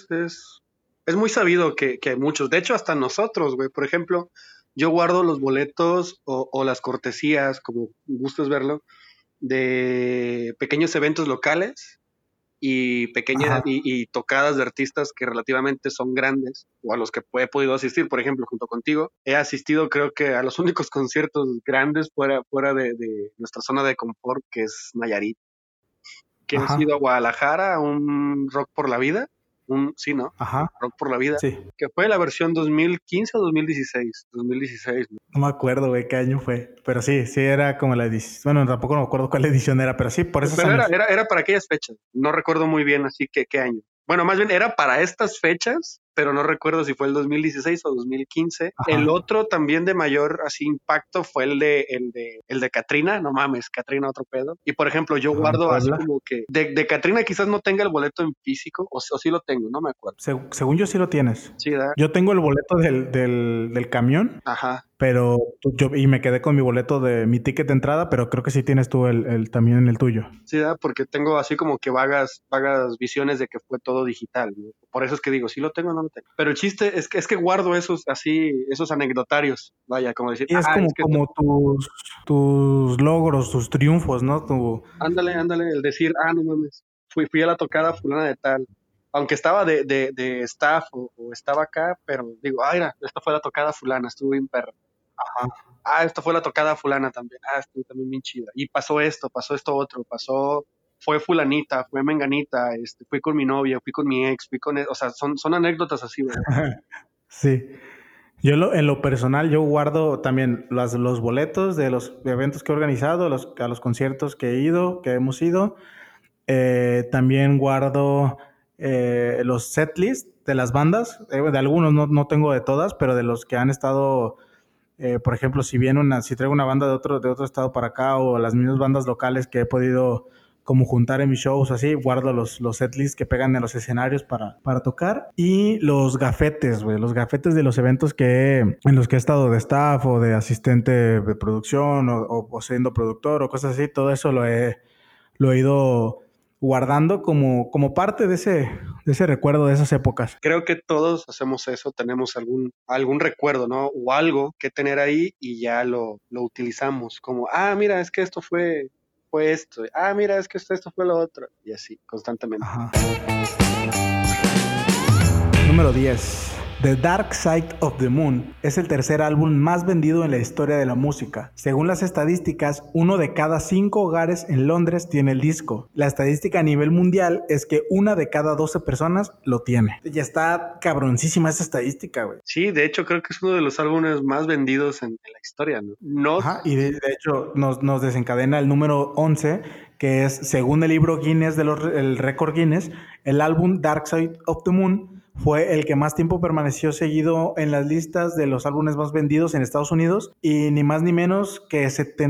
es muy sabido que hay muchos. De hecho, hasta nosotros, güey. Por ejemplo, yo guardo los boletos o las cortesías, como gustes verlo, de pequeños eventos locales y pequeñas Ajá. y tocadas de artistas que relativamente son grandes o a los que he podido asistir, por ejemplo, junto contigo. He asistido creo que a los únicos conciertos grandes fuera de nuestra zona de confort, que es Nayarit, que es ido a Ajá, Guadalajara a un Rock por la Vida, sí, ¿no? ajá, Rock por la Vida, sí. que fue la versión 2015 o 2016, 2016, ¿no? No me acuerdo, güey, qué año fue. Pero sí, sí era como la edición. Bueno, tampoco me acuerdo cuál edición era, pero sí, por esos Pero años. era para aquellas fechas, no recuerdo muy bien así que qué año. Bueno, más bien era para estas fechas, pero no recuerdo si fue el 2016 o 2015. El Ajá. otro también de mayor así impacto fue el de Katrina, no mames, Katrina otro pedo. Y por ejemplo, yo Ajá, en guardo así Puebla. como que de Katrina quizás no tenga el boleto en físico, o sí lo tengo, no me acuerdo. Según yo sí lo tienes. Sí, ¿verdad? Yo tengo el boleto del camión, Ajá. pero y me quedé con mi boleto de mi ticket de entrada, pero creo que sí tienes tú también el tuyo. Sí, ¿verdad? Porque tengo así como que vagas visiones de que fue todo digital, ¿no? Por eso es que digo, sí lo tengo o no lo tengo. Pero el chiste es que guardo esos anecdotarios. Vaya, como decir, Y es es que como tus logros, tus triunfos, ¿no? ándale, ándale, el decir, no mames, fui a la tocada fulana de tal. Aunque estaba de staff o estaba acá, pero digo, mira, esta fue la tocada fulana, estuvo bien perra. Esta fue la tocada fulana también. Estuvo también bien chida. Y pasó esto otro, fue fulanita, fue menganita, fui con mi novia, fui con mi ex, o sea, son anécdotas así, ¿verdad? Sí. En lo personal, yo guardo también los boletos de los eventos que he organizado, a los conciertos que he ido, que hemos ido. También guardo los setlists de las bandas. De algunos no tengo de todas, pero de los que han estado, por ejemplo, si traigo una banda de otro estado para acá o las mismas bandas locales que he podido como juntar en mis shows, así, guardo los setlists que pegan en los escenarios para tocar. Y los gafetes, güey, los gafetes de los eventos en los que he estado de staff o de asistente de producción o siendo productor o cosas así, todo eso lo he ido guardando como parte de ese recuerdo de esas épocas. Creo que todos hacemos eso, tenemos algún recuerdo, ¿no? O algo que tener ahí y ya lo utilizamos como, mira, es que fue esto, mira, es que esto fue lo otro, y así, constantemente. Ajá. Número 10. The Dark Side of the Moon es el tercer álbum más vendido en la historia de la música. Según las estadísticas, 1 de cada 5 hogares en Londres tiene el disco. La estadística a nivel mundial es que 1 de cada 12 personas lo tiene. Ya está cabroncísima esa estadística, güey. Sí, de hecho creo que es uno de los álbumes más vendidos en la historia, ¿no? Ajá, y de hecho nos desencadena el número 11, que es, según el libro Guinness, el récord Guinness, el álbum Dark Side of the Moon fue el que más tiempo permaneció seguido en las listas de los álbumes más vendidos en Estados Unidos, y ni más ni menos que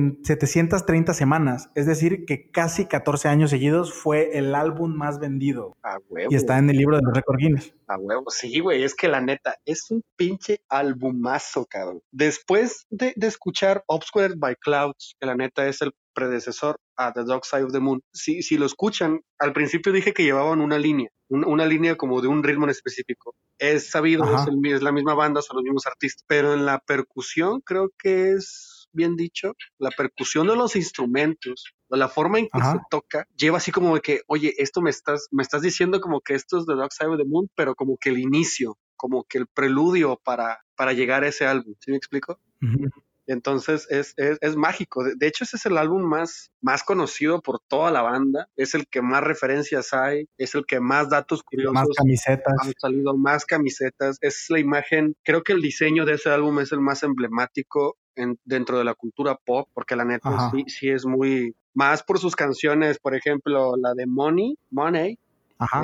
730 semanas, es decir, que casi 14 años seguidos fue el álbum más vendido. A huevo. Y está en el libro de los récord Guinness. A huevo, sí, güey, es que la neta, es un pinche albumazo, cabrón. Después de escuchar Obscured by Clouds, que la neta es el predecesor a The Dark Side of the Moon, si lo escuchan, al principio dije que llevaban una línea, una línea como de un ritmo en específico. Es sabido, es la misma banda, son los mismos artistas, pero en la percusión creo que es bien dicho, la percusión de los instrumentos, o la forma en que se toca, lleva así como de que, oye, esto me estás diciendo como que esto es The Dark Side of the Moon, pero como que el inicio, como que el preludio para llegar a ese álbum, ¿sí me explico? Uh-huh. Entonces es mágico. De hecho, ese es el álbum más conocido por toda la banda. Es el que más referencias hay. Es el que más datos curiosos. Más camisetas. Han salido más camisetas. Es la imagen. Creo que el diseño de ese álbum es el más emblemático dentro de la cultura pop, porque la neta sí es muy... Más por sus canciones, por ejemplo, la de Money. Ajá,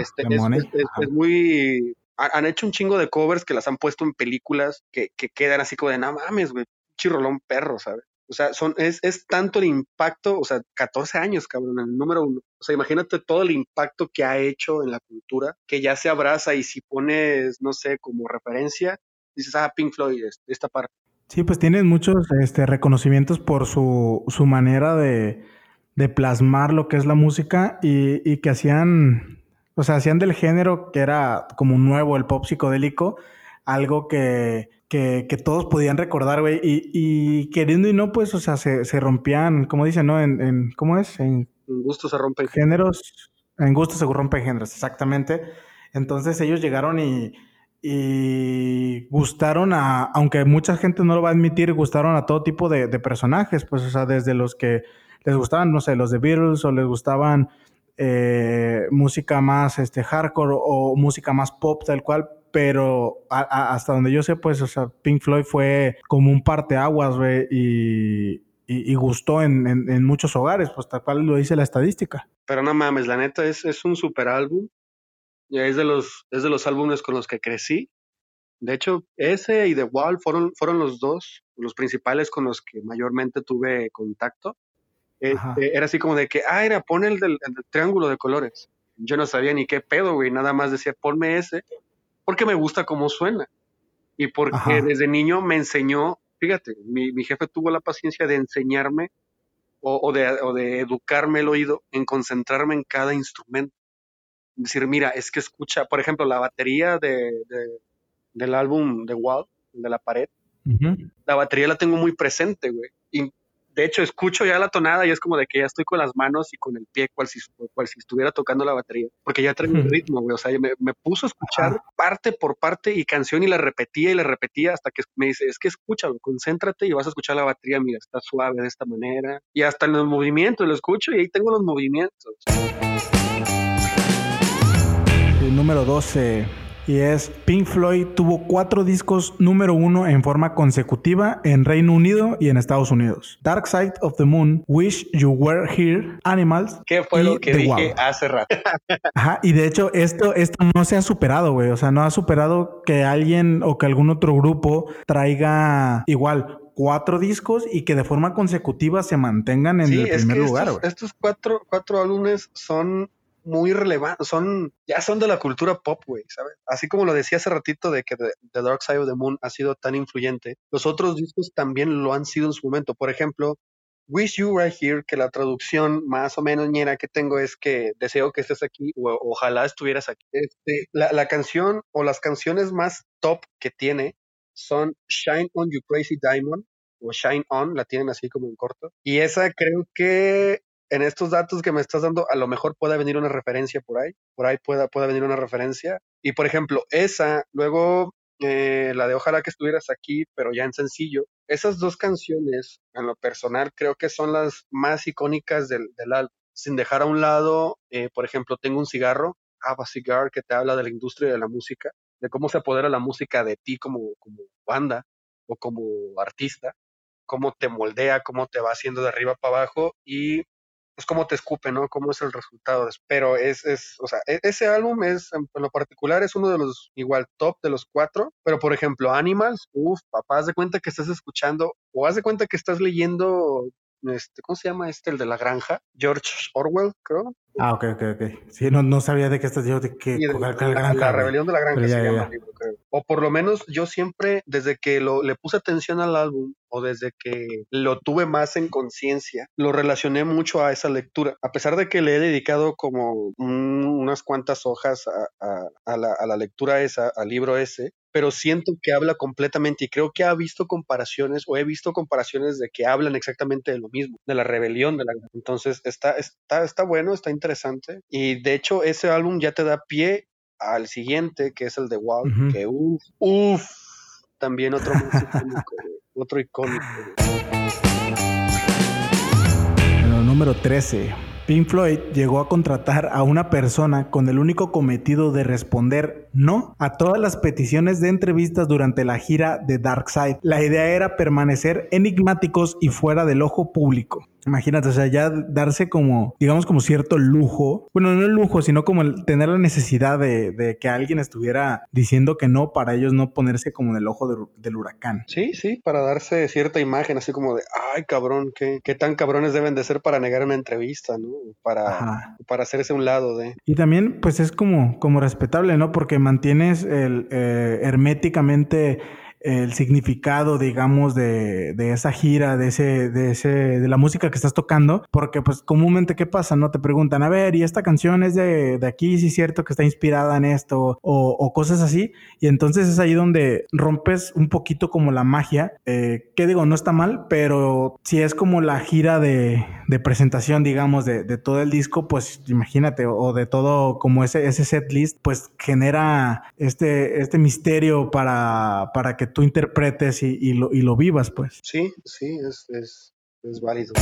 es muy... Han hecho un chingo de covers que las han puesto en películas que quedan así como de, no mames, güey, chirrolón perro, ¿sabes? O sea, es tanto el impacto, o sea, 14 años, cabrón, el número 1. O sea, imagínate todo el impacto que ha hecho en la cultura, que ya se abraza, y si pones, no sé, como referencia, dices, Pink Floyd, esta parte. Sí, pues tienen muchos reconocimientos por su manera de plasmar lo que es la música, y que hacían del género, que era como nuevo, el pop psicodélico, algo que todos podían recordar, güey, y queriendo y no, pues, o sea, se rompían, como dicen, ¿no? ¿Cómo es? En gustos se rompen géneros. En gustos se rompen géneros, exactamente. Entonces ellos llegaron y gustaron aunque mucha gente no lo va a admitir, gustaron a todo tipo de personajes, pues, o sea, desde los que les gustaban, no sé, los de Beatles, o les gustaban música más hardcore, o música más pop, tal cual. Pero hasta donde yo sé, pues, o sea, Pink Floyd fue como un parteaguas, güey, y gustó en muchos hogares, pues tal cual lo dice la estadística. Pero no mames, la neta es un super álbum. Ya es de los álbumes con los que crecí. De hecho, ese y The Wall fueron los principales con los que mayormente tuve contacto. Era así como de que, pon el del triángulo de colores. Yo no sabía ni qué pedo, güey, nada más decía, ponme ese, porque me gusta cómo suena. Y porque desde niño me enseñó, fíjate, mi jefe tuvo la paciencia de enseñarme o de educarme el oído en concentrarme en cada instrumento. Decir, mira, es que escucha, por ejemplo, la batería del álbum The Wall, de la pared, la batería la tengo muy presente, güey. Y de hecho escucho ya la tonada y es como de que ya estoy con las manos y con el pie cual si estuviera tocando la batería, porque ya trae un ritmo, güey. O sea, me puso a escuchar parte por parte y canción, y la repetía hasta que me dice, es que escúchalo, concéntrate y vas a escuchar la batería, mira, está suave de esta manera. Y hasta en los movimientos lo escucho y ahí tengo los movimientos. El número 12... y es Pink Floyd tuvo 4 discos número 1 en forma consecutiva en Reino Unido y en Estados Unidos: Dark Side of the Moon, Wish You Were Here, Animals. ¿Qué fue lo que dije hace rato? Ajá, y de hecho esto no se ha superado, güey. O sea, no ha superado que alguien o que algún otro grupo traiga igual 4 discos y que de forma consecutiva se mantengan en el primer lugar, güey. Estos cuatro álbumes son muy relevantes, ya son de la cultura pop, güey, ¿sabes? Así como lo decía hace ratito de que The Dark Side of the Moon ha sido tan influyente, los otros discos también lo han sido en su momento. Por ejemplo, Wish You Right Here, que la traducción más o menos ñera que tengo es que deseo que estés aquí o ojalá estuvieras aquí. La canción o las canciones más top que tiene son Shine On You Crazy Diamond o Shine On, la tienen así como en corto. Y esa creo que en estos datos que me estás dando, a lo mejor pueda venir una referencia por ahí pueda venir una referencia. Y por ejemplo, esa, luego la de Ojalá que estuvieras aquí, pero ya en sencillo. Esas dos canciones, en lo personal, creo que son las más icónicas del álbum. Sin dejar a un lado, por ejemplo, Tengo un cigarro, Have a Cigar, que te habla de la industria de la música, de cómo se apodera la música de ti como banda o como artista, cómo te moldea, cómo te va haciendo de arriba para abajo y pues cómo te escupe, ¿no? Cómo es el resultado. Pero o sea, ese álbum es, en lo particular, es uno de los igual top de los cuatro. Pero por ejemplo, Animals, papá, haz de cuenta que estás escuchando o haz de cuenta que estás leyendo, ¿cómo se llama el de la granja? George Orwell, creo. Ah, ok, ok, ok. Sí, no sabía de qué estás yo, de Sí, qué, cuál la granja, güey. rebelión de la Pero granja se ya, ya, llama el ya. libro, creo. O por lo menos yo siempre, desde que le puse atención al álbum, o desde que lo tuve más en conciencia, lo relacioné mucho a esa lectura. A pesar de que le he dedicado como unas cuantas hojas a la lectura esa, al libro ese, pero siento que habla completamente y creo que ha visto comparaciones o he visto comparaciones de que hablan exactamente de lo mismo, de la rebelión de la granja. Entonces está bueno, está interesante y de hecho ese álbum ya te da pie al siguiente, que es el de Wall, Ujú. que uff, también otro más icónico, güey, otro icónico, güey. Bueno, número 13. Pink Floyd llegó a contratar a una persona con el único cometido de responder no a todas las peticiones de entrevistas durante la gira de Dark Side. La idea era permanecer enigmáticos y fuera del ojo público. Imagínate, o sea, ya darse como, digamos, como cierto lujo. Bueno, no el lujo, sino como el tener la necesidad de que alguien estuviera diciendo que no para ellos no ponerse como en el ojo del huracán. Sí, sí, para darse cierta imagen, así como de, ay, cabrón, qué tan cabrones deben de ser para negar una entrevista, ¿no? Ajá. Para hacerse a un lado de. Y también, pues es como respetable, ¿no? Porque mantienes herméticamente el significado, digamos, de esa gira, de la música que estás tocando, porque pues comúnmente, ¿qué pasa? No te preguntan, a ver, ¿y esta canción es de aquí? ¿Sí es cierto que está inspirada en esto? O cosas así. Y entonces es ahí donde rompes un poquito como la magia, que digo, no está mal, pero si es como la gira de presentación, digamos, de todo el disco, pues imagínate, o de todo como ese set list, pues genera este misterio para que tú interpretes y lo vivas, pues. Sí, sí, es válido.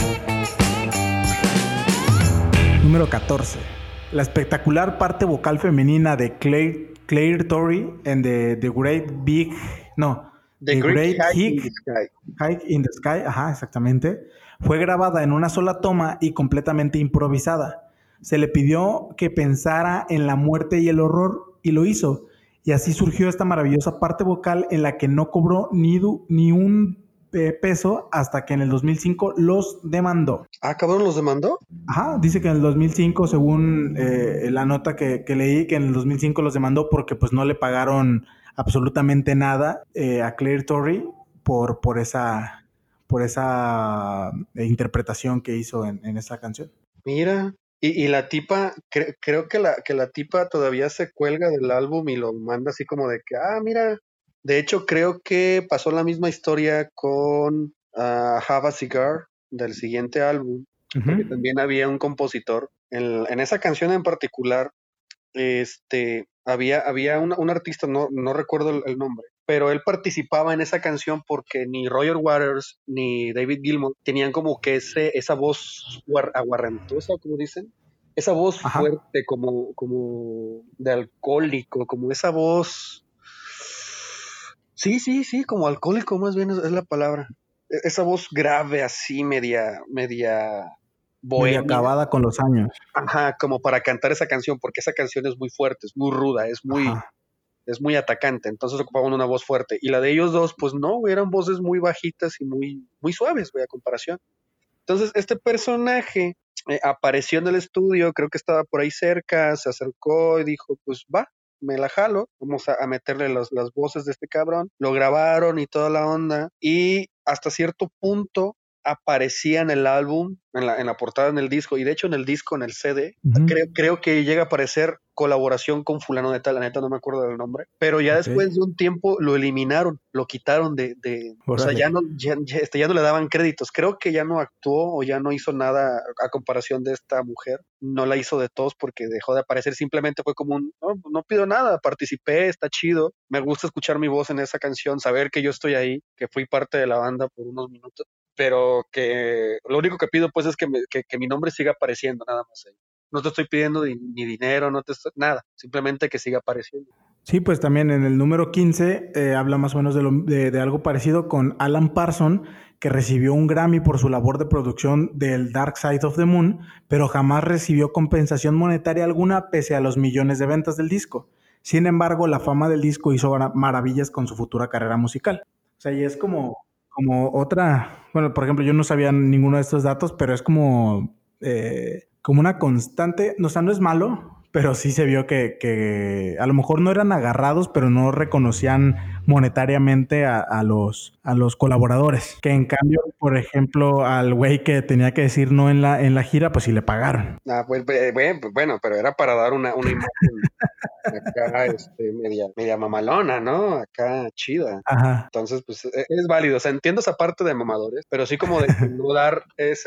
Número 14. La espectacular parte vocal femenina de Claire Torrey en The Great Big... No, The The Great Great Hike in the Sky. Hike in the Sky, ajá, exactamente, fue grabada en una sola toma y completamente improvisada. Se le pidió que pensara en la muerte y el horror y lo hizo. Y así surgió esta maravillosa parte vocal en la que no cobró ni un peso hasta que en el 2005 los demandó. Ah, cabrón, ¿los demandó? Ajá, dice que en el 2005, según la nota que leí, que en el 2005 los demandó porque pues no le pagaron absolutamente nada a Claire Torrey por esa interpretación que hizo en esa canción. Mira. Y la tipa, creo que la tipa todavía se cuelga del álbum y lo manda así como de que, mira. De hecho, creo que pasó la misma historia con Have a Cigar del siguiente álbum, porque Uh-huh. también había un compositor. En esa canción en particular, había un artista, no recuerdo el nombre, pero él participaba en esa canción porque ni Roger Waters ni David Gilmour tenían como que esa voz aguarrentosa, como dicen, esa voz Ajá. fuerte como de alcohólico, como esa voz, sí, sí, sí, como alcohólico más bien es la palabra, esa voz grave así, media Medio bohemia. acabada con los años. Ajá, como para cantar esa canción, porque esa canción es muy fuerte, es muy ruda, Ajá. es muy atacante, entonces ocupaban una voz fuerte. Y la de ellos dos, pues no, güey, eran voces muy bajitas y muy suaves, güey, a comparación. Entonces, este personaje apareció en el estudio, creo que estaba por ahí cerca, se acercó y dijo, pues va, me la jalo, vamos a meterle las voces de este cabrón. Lo grabaron y toda la onda, y hasta cierto punto aparecía en el álbum, en la portada, en el disco, y de hecho en el disco, en el CD, creo que llega a aparecer colaboración con fulano de tal, la neta no me acuerdo del nombre, pero ya Ok. después de un tiempo lo eliminaron, lo quitaron o sea, Órale. ya no le daban créditos, creo que ya no actuó o ya no hizo nada a comparación de esta mujer, no la hizo de todos porque dejó de aparecer, simplemente fue como no pido nada, participé, está chido, me gusta escuchar mi voz en esa canción, saber que yo estoy ahí, que fui parte de la banda por unos minutos, pero que lo único que pido pues es que mi nombre siga apareciendo nada más ahí. No te estoy pidiendo ni dinero, nada, simplemente que siga apareciendo. Sí, pues también en el número 15 habla más o menos de algo parecido con Alan Parsons, que recibió un Grammy por su labor de producción del Dark Side of the Moon, pero jamás recibió compensación monetaria alguna pese a los millones de ventas del disco. Sin embargo, la fama del disco hizo maravillas con su futura carrera musical. O sea, y es como otra, bueno, por ejemplo, yo no sabía ninguno de estos datos, pero es como una constante, o sea, no es malo, pero sí se vio que a lo mejor no eran agarrados, pero no reconocían monetariamente a los colaboradores. Que en cambio, por ejemplo, al güey que tenía que decir no en la gira, pues sí le pagaron. Pues bueno, pero era para dar una imagen acá, media mamalona, ¿no? Acá chida. Ajá. Entonces, pues es válido. O sea, entiendo esa parte de mamadores, pero sí como de que no dar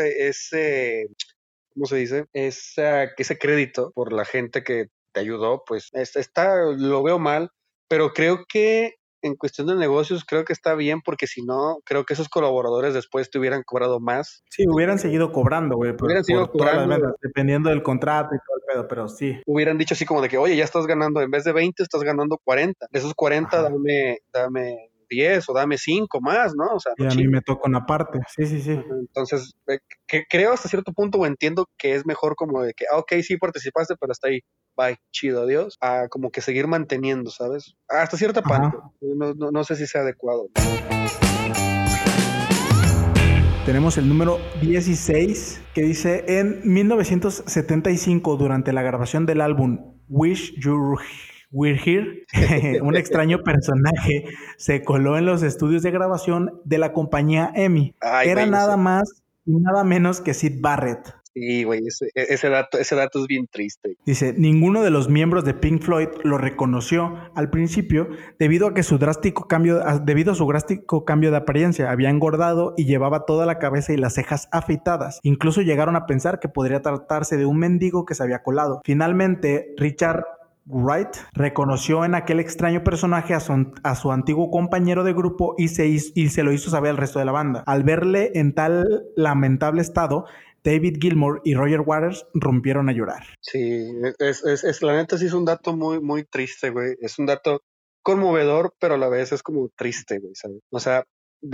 ¿cómo se dice? Ese crédito por la gente que te ayudó, pues lo veo mal, pero creo que en cuestión de negocios, creo que está bien, porque si no, creo que esos colaboradores después te hubieran cobrado más. Sí, hubieran seguido cobrando, güey, Hubieran sido por todas las ventas, cobrando, dependiendo del contrato y todo el pedo, pero sí. hubieran dicho así como de que, oye, ya estás ganando, en vez de 20, estás ganando 40. De esos 40, Ajá. dame 10 o dame 5 más, ¿no? O sea, no Y a mí chingues. me toca una parte. Sí, sí, sí. Ajá. Entonces, que creo hasta cierto punto o entiendo que es mejor como de que, ok, sí participaste, pero hasta ahí, bye, chido, adiós, a como que seguir manteniendo, ¿sabes? Hasta cierta parte. Ajá. No sé si sea adecuado. Tenemos el número 16 que dice, en 1975, durante la grabación del álbum Wish You Were Here, un extraño personaje se coló en los estudios de grabación de la compañía EMI. Ay, Era güey, nada más y nada menos que Syd Barrett. sí, güey, ese dato es bien triste. Dice, ninguno de los miembros de Pink Floyd lo reconoció al principio debido a su drástico cambio de apariencia. Había engordado y llevaba toda la cabeza y las cejas afeitadas. Incluso llegaron a pensar que podría tratarse de un mendigo que se había colado. Finalmente, Richard Wright reconoció en aquel extraño personaje a su antiguo compañero de grupo y se lo hizo saber al resto de la banda. Al verle en tal lamentable estado, David Gilmour y Roger Waters rompieron a llorar. Sí, la neta sí es un dato muy, muy triste, güey. Es un dato conmovedor, pero a la vez es como triste, güey, ¿sabes? O sea,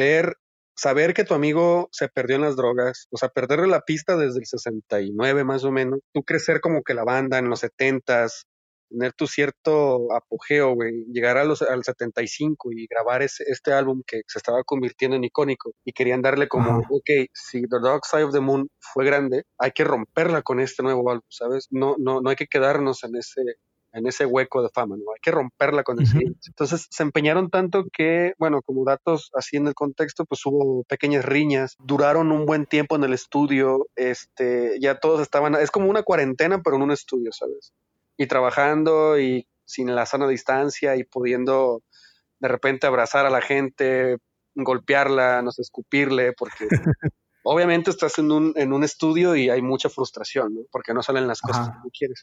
saber que tu amigo se perdió en las drogas, o sea, perderle la pista desde el 69 más o menos, tú crecer como que la banda en los 70s, tener tu cierto apogeo, güey, llegar al 75 y grabar este álbum que se estaba convirtiendo en icónico y querían darle como, Ajá. ok, si The Dark Side of the Moon fue grande, hay que romperla con este nuevo álbum, ¿sabes? No hay que quedarnos en ese hueco de fama, ¿no? Hay que romperla con el Uh-huh. siguiente. Entonces se empeñaron tanto que, bueno, como datos así en el contexto, pues hubo pequeñas riñas, duraron un buen tiempo en el estudio, ya todos estaban, es como una cuarentena, pero en un estudio, ¿sabes? Y trabajando y sin la sana distancia y pudiendo de repente abrazar a la gente, golpearla, no sé, escupirle, porque obviamente estás en un estudio y hay mucha frustración, ¿no? Porque no salen las cosas que Ajá. tú quieres.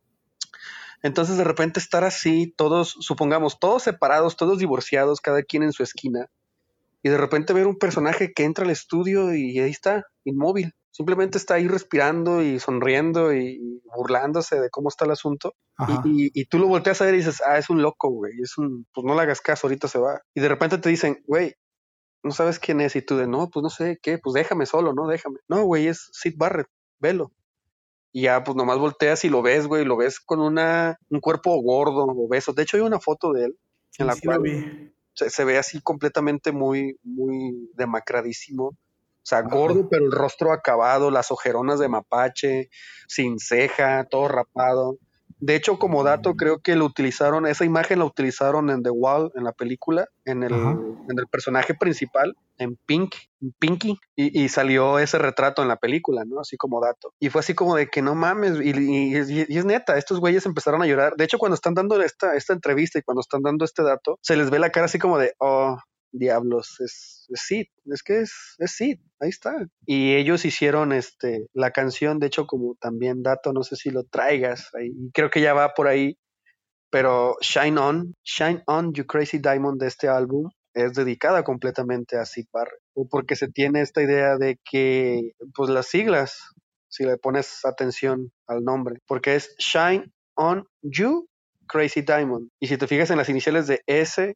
Entonces de repente estar así, todos, supongamos, todos separados, todos divorciados, cada quien en su esquina, y de repente ver un personaje que entra al estudio y ahí está, inmóvil. Simplemente está ahí respirando y sonriendo y burlándose de cómo está el asunto. Ajá. Y tú lo volteas a ver y dices, es un loco, güey, pues no le hagas caso, ahorita se va. Y de repente te dicen, güey, no sabes quién es. Y tú de, pues no sé qué, pues déjame solo, ¿no? Déjame. No, güey, es Sid Barrett, velo. Y ya, pues nomás volteas y lo ves, güey, lo ves con un cuerpo gordo, obeso. De hecho, hay una foto de él en Sí, la sí lo cual vi. se ve así completamente muy, muy demacradísimo. O sea, gordo, Ajá. pero el rostro acabado, las ojeronas de mapache, sin ceja, todo rapado. De hecho, como dato, creo que lo utilizaron, esa imagen la utilizaron en The Wall, en la película, Ajá. en el personaje principal, en Pinky, y salió ese retrato en la película, ¿no? Así como dato. Y fue así como de que no mames, y es neta, estos güeyes empezaron a llorar. De hecho, cuando están dando esta entrevista y cuando están dando este dato, se les ve la cara así como de, oh, diablos, es Sid, es Sid, ahí está. Y ellos hicieron la canción, de hecho, como también dato, no sé si lo traigas, ahí, creo que ya va por ahí, pero Shine On, You Crazy Diamond de este álbum es dedicada completamente a Sid Barrett, o porque se tiene esta idea de que, pues las siglas, si le pones atención al nombre, porque es Shine On You Crazy Diamond, y si te fijas en las iniciales de S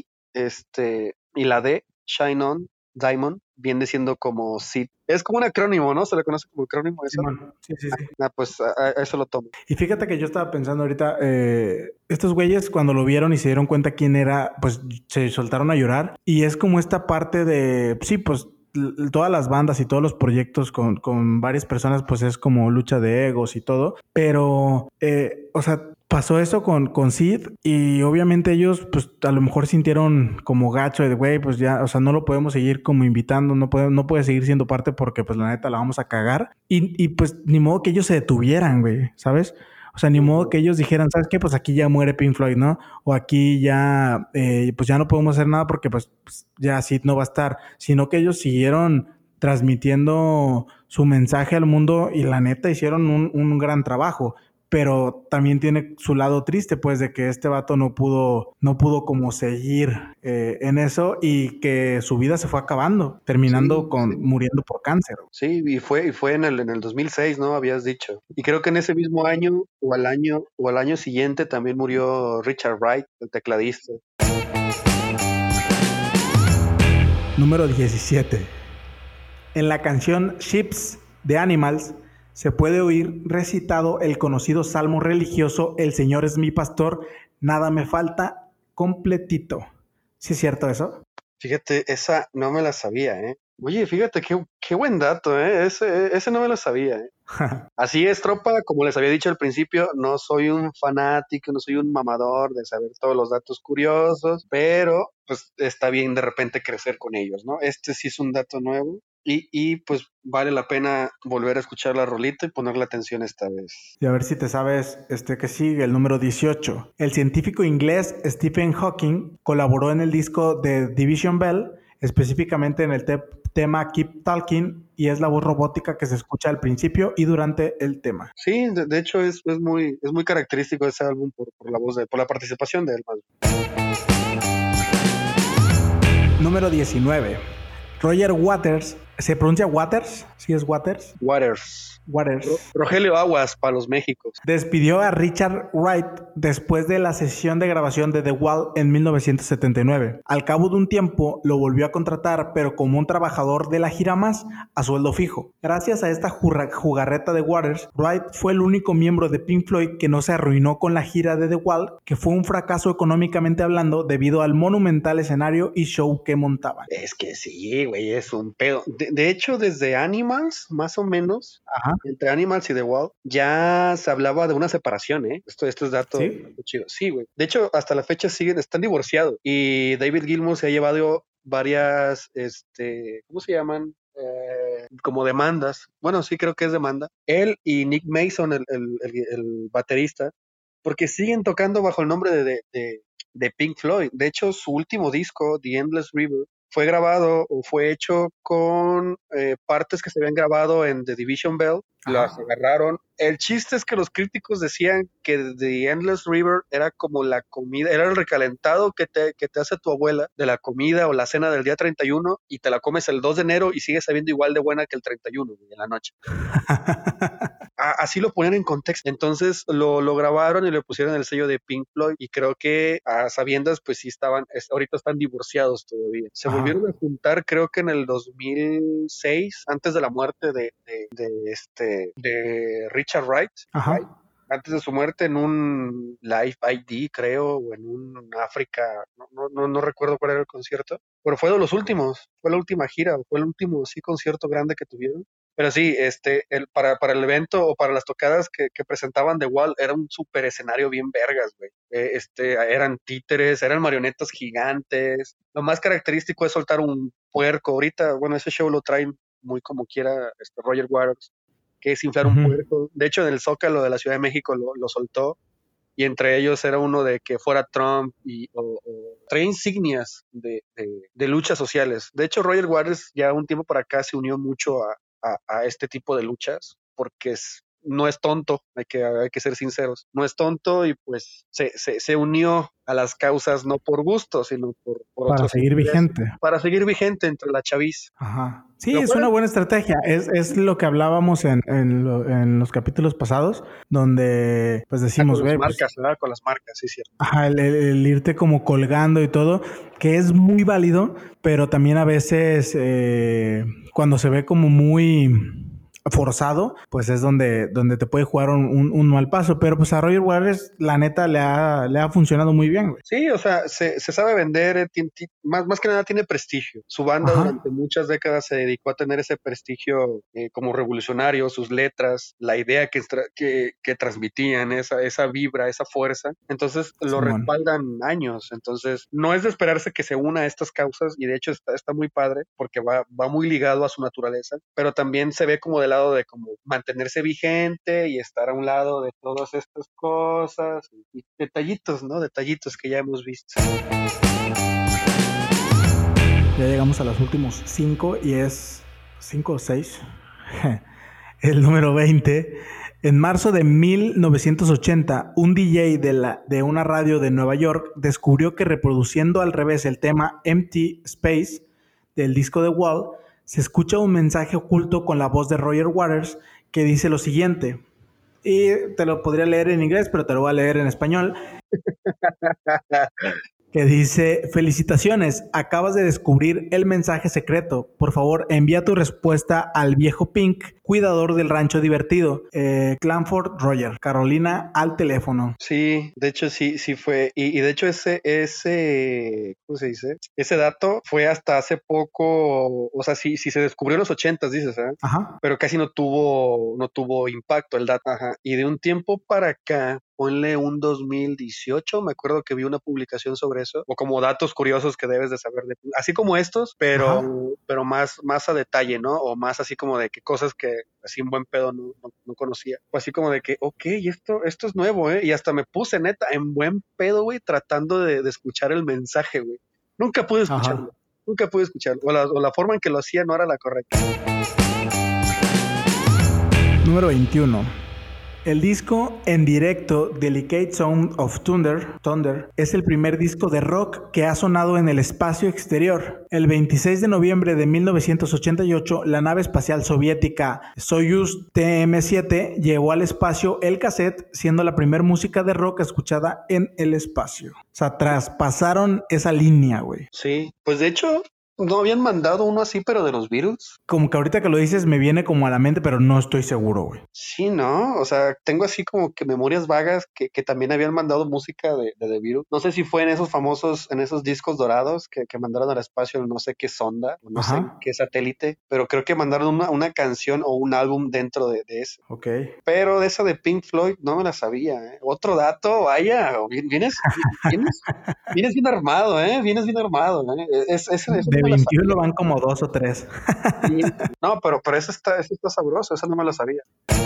y la D, Shine On Diamond, viene siendo como Sid. Es como un acrónimo, ¿no? Se le conoce como acrónimo eso. Simón, sí, sí, sí. Pues a eso lo tomo. Y fíjate que yo estaba pensando ahorita, estos güeyes cuando lo vieron y se dieron cuenta quién era, pues se soltaron a llorar. Y es como esta parte de, sí, pues todas las bandas y todos los proyectos con varias personas, pues es como lucha de egos y todo. Pero, o sea, pasó eso con Sid y obviamente ellos, pues a lo mejor sintieron como gacho de, güey, pues ya, o sea, no lo podemos seguir como invitando, no puede seguir siendo parte porque pues la neta la vamos a cagar. Y pues ni modo que ellos se detuvieran, güey, ¿sabes? O sea, ni modo que ellos dijeran, ¿sabes qué? Pues aquí ya muere Pink Floyd, ¿no? O aquí ya, pues ya no podemos hacer nada porque pues ya Sid no va a estar. Sino que ellos siguieron transmitiendo su mensaje al mundo y la neta hicieron un gran trabajo. Pero también tiene su lado triste, pues, de que este vato no pudo como seguir en eso y que su vida se fue acabando, terminando Sí, sí. muriendo por cáncer. Sí, y fue en el 2006, ¿no? Habías dicho. Y creo que en ese mismo año o al año siguiente también murió Richard Wright, el tecladista. Número 17. En la canción Ships de Animals se puede oír recitado el conocido salmo religioso El Señor es mi pastor, nada me falta, completito. ¿Sí es cierto eso? Fíjate, esa no me la sabía, ¿eh? Oye, fíjate qué buen dato, ¿eh? Ese no me lo sabía, ¿eh? Así es, tropa, como les había dicho al principio, no soy un fanático, no soy un mamador de saber todos los datos curiosos, pero pues está bien de repente crecer con ellos, ¿no? Este sí es un dato nuevo y pues vale la pena volver a escuchar la rolita y ponerle atención esta vez. Y a ver si te sabes que sigue, el número 18. El científico inglés Stephen Hawking colaboró en el disco de Division Bell, específicamente en el tema Keep Talking, y es la voz robótica que se escucha al principio y durante el tema. Sí, de hecho es muy característico ese álbum por la voz por la participación de él. Número 19. Roger Waters. ¿Se pronuncia Waters? ¿Sí es Waters? Waters. Waters. Rogelio Aguas para los Méxicos. Despidió a Richard Wright después de la sesión de grabación de The Wall en 1979. Al cabo de un tiempo lo volvió a contratar, pero como un trabajador de la gira más, a sueldo fijo. Gracias a esta jugarreta de Waters, Wright fue el único miembro de Pink Floyd que no se arruinó con la gira de The Wall, que fue un fracaso económicamente hablando debido al monumental escenario y show que montaban. Es que sí, güey, es un pedo. De hecho, desde Animals, más o menos, Ajá. entre Animals y The Wall, ya se hablaba de una separación, ¿eh? Esto es dato, ¿Sí? dato chido. Sí, güey. De hecho, hasta la fecha están divorciados. Y David Gilmour se ha llevado varias, ¿cómo se llaman? Como demandas. Bueno, sí, creo que es demanda. Él y Nick Mason, el baterista, porque siguen tocando bajo el nombre de Pink Floyd. De hecho, su último disco, The Endless River, fue grabado o fue hecho con partes que se habían grabado en The Division Bell, las Ajá. agarraron. El chiste es que los críticos decían que The Endless River era como la comida, era el recalentado que te hace tu abuela de la comida o la cena del día 31 y te la comes el 2 de enero y sigue sabiendo igual de buena que el 31 en la noche. Así lo ponían en contexto. Entonces lo grabaron y le pusieron el sello de Pink Floyd y creo que a sabiendas pues sí ahorita están divorciados todavía. Se volvieron a Ajá. juntar creo que en el 2006, antes de la muerte de Richard Wright. Wright, Ajá. antes de su muerte en un Live ID, creo, o en un África, no recuerdo cuál era el concierto, pero fue de los últimos, fue la última gira, fue el último sí concierto grande que tuvieron. Pero sí, para el evento o para las tocadas que presentaban The Wall, era un super escenario bien vergas, güey. Eran títeres, eran marionetas gigantes. Lo más característico es soltar un puerco. Ahorita, bueno, ese show lo traen muy como quiera Roger Waters, que es inflar un Ujú. puerco. De hecho, en el Zócalo de la Ciudad de México lo soltó, y entre ellos era uno de que fuera Trump o trae insignias de luchas sociales. De hecho, Roger Waters ya un tiempo para acá se unió mucho a este tipo de luchas porque no es tonto, hay que ser sinceros, no es tonto, y pues se unió a las causas no por gusto, sino por Para otros seguir intereses, vigente. para seguir vigente entre la chaviza. Ajá. Sí, Lo es cual una buena estrategia. Es lo que hablábamos en los capítulos pasados, donde pues con decimos, las güey, pues, marcas, ¿verdad? Con las marcas, sí, cierto. ajá, el irte como colgando y todo, que es muy válido, pero también a veces cuando se ve como muy forzado, pues es donde te puede jugar un mal paso. Pero pues a Roger Waters, la neta, le ha funcionado muy bien, güey. Sí, o sea, se sabe vender, más que nada tiene prestigio. Su banda Ajá, durante muchas décadas se dedicó a tener ese prestigio como revolucionario, sus letras, la idea que transmitían, esa vibra, esa fuerza. Entonces lo Simón. respaldan años. Entonces no es de esperarse que se una a estas causas, y de hecho está muy padre porque va muy ligado a su naturaleza, pero también se ve como del lado de como mantenerse vigente y estar a un lado de todas estas cosas y detallitos, ¿no? Detallitos que ya hemos visto. Ya llegamos a los últimos 5 y es 5 o 6. El número 20. En marzo de 1980, un DJ de una radio de Nueva York descubrió que reproduciendo al revés el tema Empty Space del disco The Wall, se escucha un mensaje oculto con la voz de Roger Waters que dice lo siguiente. Y te lo podría leer en inglés, pero te lo voy a leer en español. Que dice, felicitaciones, acabas de descubrir el mensaje secreto. Por favor, envía tu respuesta al viejo Pink, cuidador del rancho divertido. Clanford Roger, Carolina, al teléfono. Sí, de hecho sí fue, y de hecho ¿cómo se dice? Ese dato fue hasta hace poco, o sea, sí se descubrió en los ochentas, dices, ¿eh? Ajá, Pero casi no tuvo impacto el dato, ajá. Y de un tiempo para acá, ponle un 2018, me acuerdo que vi una publicación sobre eso, o como datos curiosos que debes de saber, así como estos, ajá. pero más a detalle, ¿no? O más así como de que cosas que así en buen pedo no conocía. O así como de que, ok, esto es nuevo, ¿eh? Y hasta me puse neta en buen pedo, güey, tratando de escuchar el mensaje, güey. Nunca pude escucharlo. Ajá. Nunca pude escucharlo. O la forma en que lo hacía no era la correcta. Número 21. El disco en directo Delicate Sound of Thunder es el primer disco de rock que ha sonado en el espacio exterior. El 26 de noviembre de 1988, la nave espacial soviética Soyuz TM-7 llevó al espacio el cassette, siendo la primera música de rock escuchada en el espacio. O sea, traspasaron esa línea, güey. Sí, pues de hecho, no habían mandado uno así, pero de los Beatles. Como que ahorita que lo dices me viene como a la mente, pero no estoy seguro, güey. Sí, ¿no? O sea, tengo así como que memorias vagas que también habían mandado música de The Beatles. No sé si fue en esos discos dorados que mandaron al espacio, no sé qué sonda, o no sé Ajá, qué satélite, pero creo que mandaron una canción o un álbum dentro de eso. ok. Pero de esa de Pink Floyd no me la sabía, ¿eh? Otro dato, vaya, vienes bien armado, ¿eh? Vienes bien armado, ¿eh? Eso no De me la sabía. 21 van como 2 o 3. Sí. No, pero eso está sabroso, eso no me lo sabía.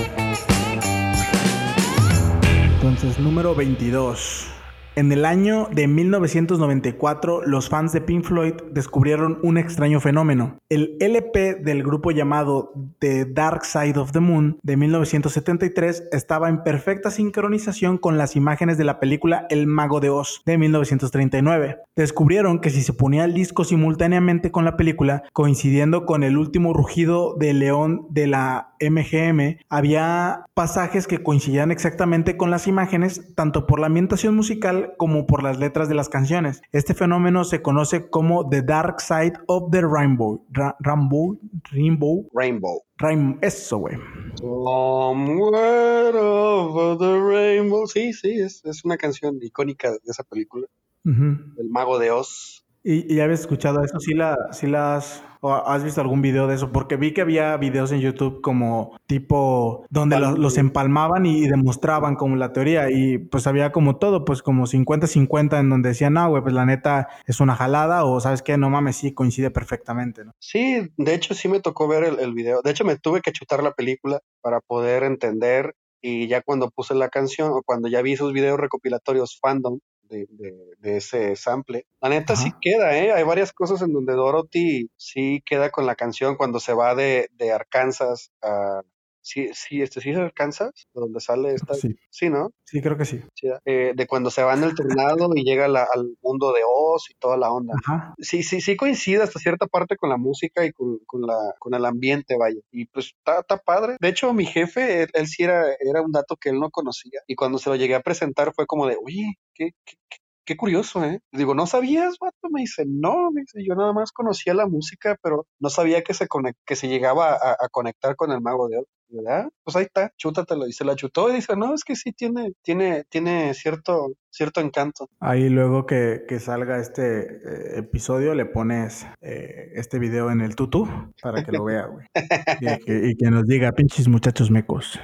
Entonces, número 22. En el año de 1994, los fans de Pink Floyd descubrieron un extraño fenómeno. El LP del grupo llamado The Dark Side of the Moon de 1973 estaba en perfecta sincronización con las imágenes de la película El Mago de Oz de 1939. Descubrieron que si se ponía el disco simultáneamente con la película, coincidiendo con el último rugido de león de la MGM, había pasajes que coincidían exactamente con las imágenes, tanto por la ambientación musical como por las letras de las canciones. Este fenómeno se conoce como The Dark Side of the Rainbow. Rainbow. Eso, güey. Somewhere over the rainbow. Sí, es una canción icónica de esa película, Uh-huh. El Mago de Oz. ¿Y ya habías escuchado eso? ¿O has visto algún video de eso? Porque vi que había videos en YouTube como tipo donde los empalmaban y demostraban como la teoría y pues había como todo, pues como 50-50 en donde decían, no, güey, pues la neta es una jalada o sabes qué, no mames, sí, coincide perfectamente, ¿no? Sí, de hecho sí me tocó ver el video. De hecho me tuve que chutar la película para poder entender y ya cuando puse la canción o cuando ya vi esos videos recopilatorios fandom de ese sample, la neta sí Ajá. queda, ¿eh? Hay varias cosas en donde Dorothy sí queda con la canción cuando se va de Arkansas a... Sí, sí, sí es Arkansas, de donde sale Creo esta... que sí. Sí, ¿no? Sí, creo que sí. Sí, de cuando se va en el tornado y llega al mundo de Oz y toda la onda. Ajá. Sí, sí, sí coincide hasta cierta parte con la música y con el ambiente, vaya. Y pues está padre. De hecho, mi jefe, él sí era un dato que él no conocía. Y cuando se lo llegué a presentar fue como de, oye, qué curioso, ¿eh? Digo, ¿no sabías, vato? Me dice, no, me dice, yo nada más conocía la música, pero no sabía que se llegaba a conectar con el Mago de Oz. ¿Verdad? Pues ahí está, chútatelo. Y se la chutó y dice, no, es que sí tiene cierto encanto. Ahí luego que salga este episodio le pones este video en el tutú para que lo vea, güey. Y que nos diga, pinches muchachos mecos.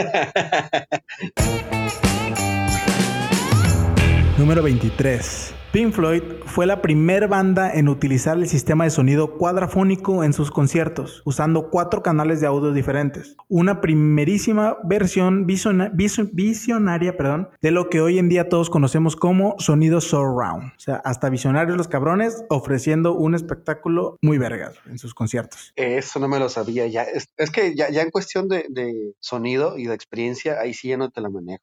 Número 23. Pink Floyd fue la primera banda en utilizar el sistema de sonido cuadrafónico en sus conciertos, usando 4 canales de audio diferentes. Una primerísima versión visionaria, de lo que hoy en día todos conocemos como sonido surround. O sea, hasta visionarios los cabrones ofreciendo un espectáculo muy vergas en sus conciertos. Eso no me lo sabía ya. Es que ya en cuestión de sonido y de experiencia, ahí sí ya no te la manejo.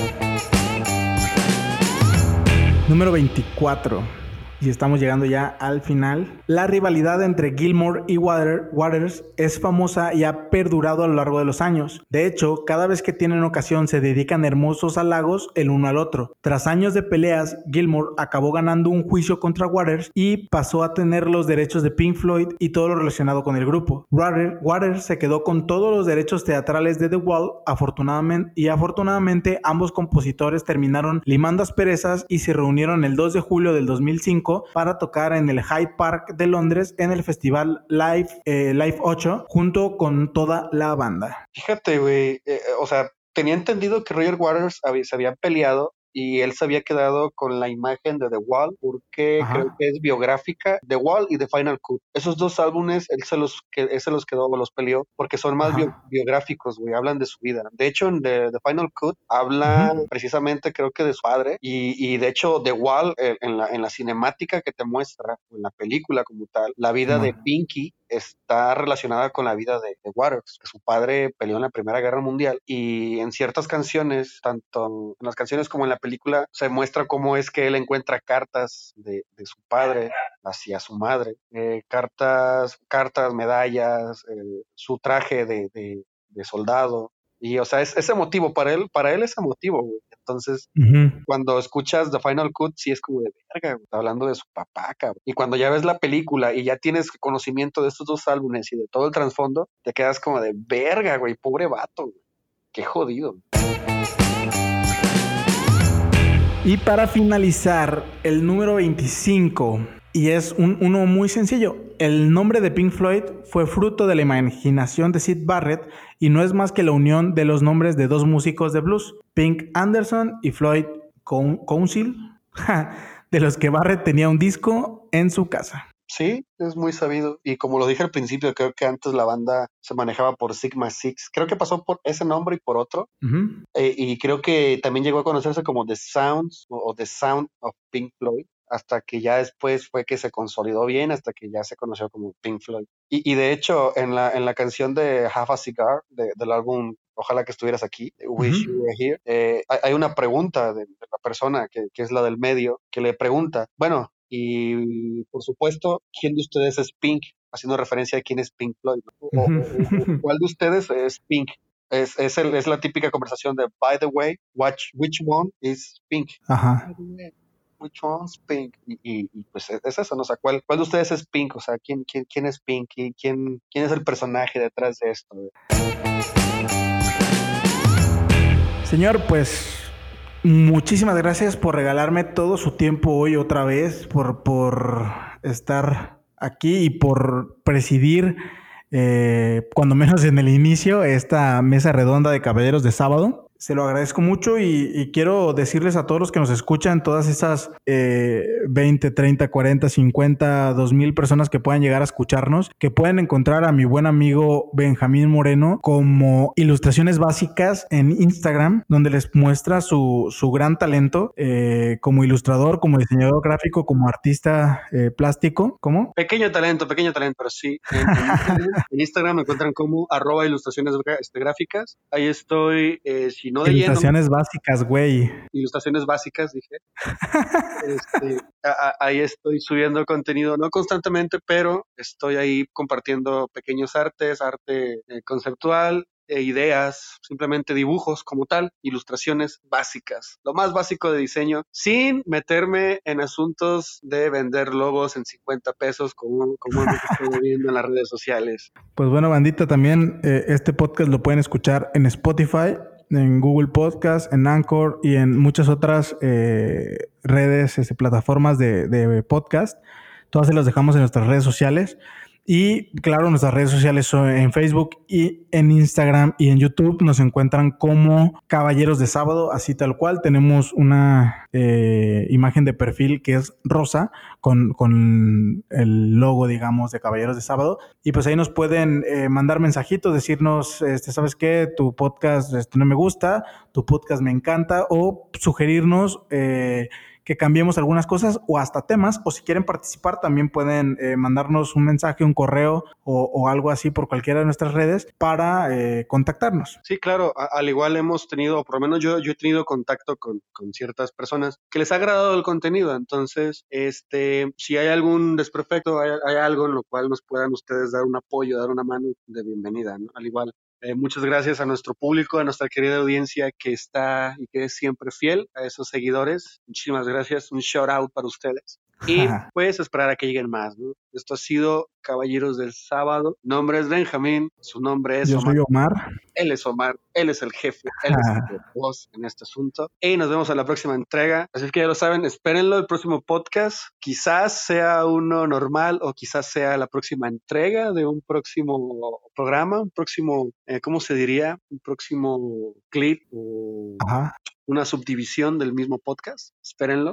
Número 24. Y estamos llegando ya al final. La rivalidad entre Gilmour y Waters es famosa y ha perdurado a lo largo de los años. De hecho, cada vez que tienen ocasión se dedican hermosos halagos el uno al otro. Tras años de peleas, Gilmour acabó ganando un juicio contra Waters y pasó a tener los derechos de Pink Floyd y todo lo relacionado con el grupo. Waters se quedó con todos los derechos teatrales de The Wall, afortunadamente ambos compositores terminaron limando asperezas y se reunieron el 2 de julio del 2005 para tocar en el Hyde Park de Londres en el festival Live 8 junto con toda la banda. Fíjate, güey, o sea, tenía entendido que Roger Waters se había peleado y él se había quedado con la imagen de The Wall porque creo Ajá. que es biográfica, The Wall y The Final Cut. Esos dos álbumes él se los quedó o los peleó porque son más Ajá. biográficos, güey, hablan de su vida. De hecho, en The Final Cut Uh-huh. habla precisamente creo que de su padre y de hecho The Wall en la cinemática que te muestra, en la película como tal, la vida de Simón. Pinky está relacionada con la vida de Waters, que su padre peleó en la Primera Guerra Mundial y en ciertas canciones, tanto en las canciones como en la película, se muestra cómo es que él encuentra cartas de su padre hacia su madre, cartas, medallas, su traje de soldado. Y, o sea, es emotivo para él es emotivo, güey. Entonces, Uh-huh. cuando escuchas The Final Cut, sí es como de verga, güey, está hablando de su papá, cabrón. Y cuando ya ves la película y ya tienes conocimiento de estos dos álbumes y de todo el trasfondo, te quedas como de verga, güey, pobre vato, güey. Qué jodido. Y para finalizar, el número 25, y es uno muy sencillo. El nombre de Pink Floyd fue fruto de la imaginación de Syd Barrett y no es más que la unión de los nombres de dos músicos de blues, Pink Anderson y Floyd Council, de los que Barrett tenía un disco en su casa. Sí, es muy sabido. Y como lo dije al principio, creo que antes la banda se manejaba por Sigma Six. Creo que pasó por ese nombre y por otro. Uh-huh. Y creo que también llegó a conocerse como The Sounds o The Sound of Pink Floyd, hasta que ya después fue que se consolidó bien, hasta que ya se conoció como Pink Floyd. Y de hecho, en la canción de Half a Cigar, del álbum Ojalá que estuvieras aquí, Wish You Uh-huh. Were Here, hay una pregunta de la persona, que es la del medio, que le pregunta, bueno, y por supuesto, ¿quién de ustedes es Pink? Haciendo referencia a quién es Pink Floyd, ¿no? O Uh-huh. cuál de ustedes es Pink. Es la típica conversación de, by the way, which one is Pink? Ajá. By the way, which one's Pink? Y pues es eso, ¿no? O sea, ¿cuál de ustedes es Pink? O sea, ¿quién es Pink? ¿Y quién es el personaje detrás de esto? Señor, pues Muchísimas gracias por regalarme todo su tiempo hoy otra vez, por estar aquí y por presidir, cuando menos en el inicio, esta mesa redonda de Caballeros de Sábado. Se lo agradezco mucho y quiero decirles a todos los que nos escuchan, todas esas 20, 30, 40, 50, 2,000 personas que puedan llegar a escucharnos, que pueden encontrar a mi buen amigo Benjamín Moreno como Ilustraciones Básicas en Instagram, donde les muestra su gran talento como ilustrador, como diseñador gráfico, como artista plástico. ¿Cómo? Pequeño talento, pero sí. En Instagram me encuentran como @ilustraciones gráficas. Ahí estoy, si no de Ilustraciones lleno, básicas, güey. ilustraciones básicas, dije. Ahí estoy subiendo contenido, no constantemente, pero estoy ahí compartiendo pequeños artes, arte conceptual, ideas, simplemente dibujos como tal, ilustraciones básicas, lo más básico de diseño, sin meterme en asuntos de vender logos en 50 pesos como hemos estado viendo en las redes sociales. Pues bueno, bandita, también este podcast lo pueden escuchar en Spotify, en Google Podcast, en Anchor y en muchas otras redes, plataformas de podcast. Todas se las dejamos en nuestras redes sociales. Y claro, nuestras redes sociales son en Facebook y en Instagram y en YouTube. Nos encuentran como Caballeros de Sábado, así tal cual. Tenemos una imagen de perfil que es rosa con el logo, digamos, de Caballeros de Sábado. Y pues ahí nos pueden mandar mensajitos, decirnos, ¿sabes qué? Tu podcast no me gusta, tu podcast me encanta, o sugerirnos que cambiemos algunas cosas o hasta temas, o si quieren participar también pueden mandarnos un mensaje, un correo o algo así por cualquiera de nuestras redes para contactarnos. Sí, claro, al igual hemos tenido, por lo menos yo he tenido contacto con ciertas personas que les ha agradado el contenido, entonces, si hay algún desperfecto, hay algo en lo cual nos puedan ustedes dar un apoyo, dar una mano de bienvenida, ¿no? Al igual. Muchas gracias a nuestro público, a nuestra querida audiencia que está y que es siempre fiel, a esos seguidores. Muchísimas gracias, un shout out para ustedes. Y pues esperar a que lleguen más, ¿no? Esto ha sido Caballeros del Sábado. Mi nombre es Benjamín, su nombre es Yo Omar. soy Omar. Él es Omar, él es el jefe, él es el boss en este asunto. Y nos vemos en la próxima entrega. Así que ya lo saben, espérenlo, el próximo podcast. Quizás sea uno normal o quizás sea la próxima entrega de un próximo programa, un próximo, ¿cómo se diría? Un próximo clip o una subdivisión del mismo podcast. Espérenlo.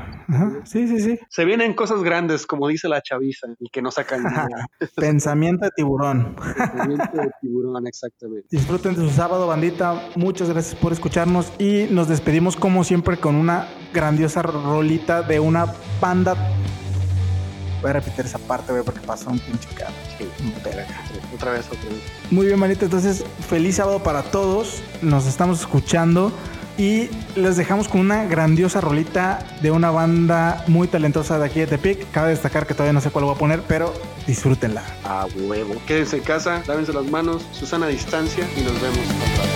Sí. Se vienen cosas grandes, como dice la chaviza, y que no sacan nada. Pensamiento de tiburón. Pensamiento de tiburón, exactamente. Disfruten de su sábado, bandita. Muchas gracias por escucharnos y nos despedimos como siempre con una grandiosa rolita de una banda. Voy a repetir esa parte, güey, porque pasó un pinche carro. Sí, otra vez. Muy bien, manita. Entonces, feliz sábado para todos. Nos estamos escuchando y les dejamos con una grandiosa rolita de una banda muy talentosa de aquí de Tepic. Cabe destacar que todavía no sé cuál voy a poner, pero disfrútenla. A huevo. Quédense en casa, lávense las manos, Susana a distancia y nos vemos otra vez.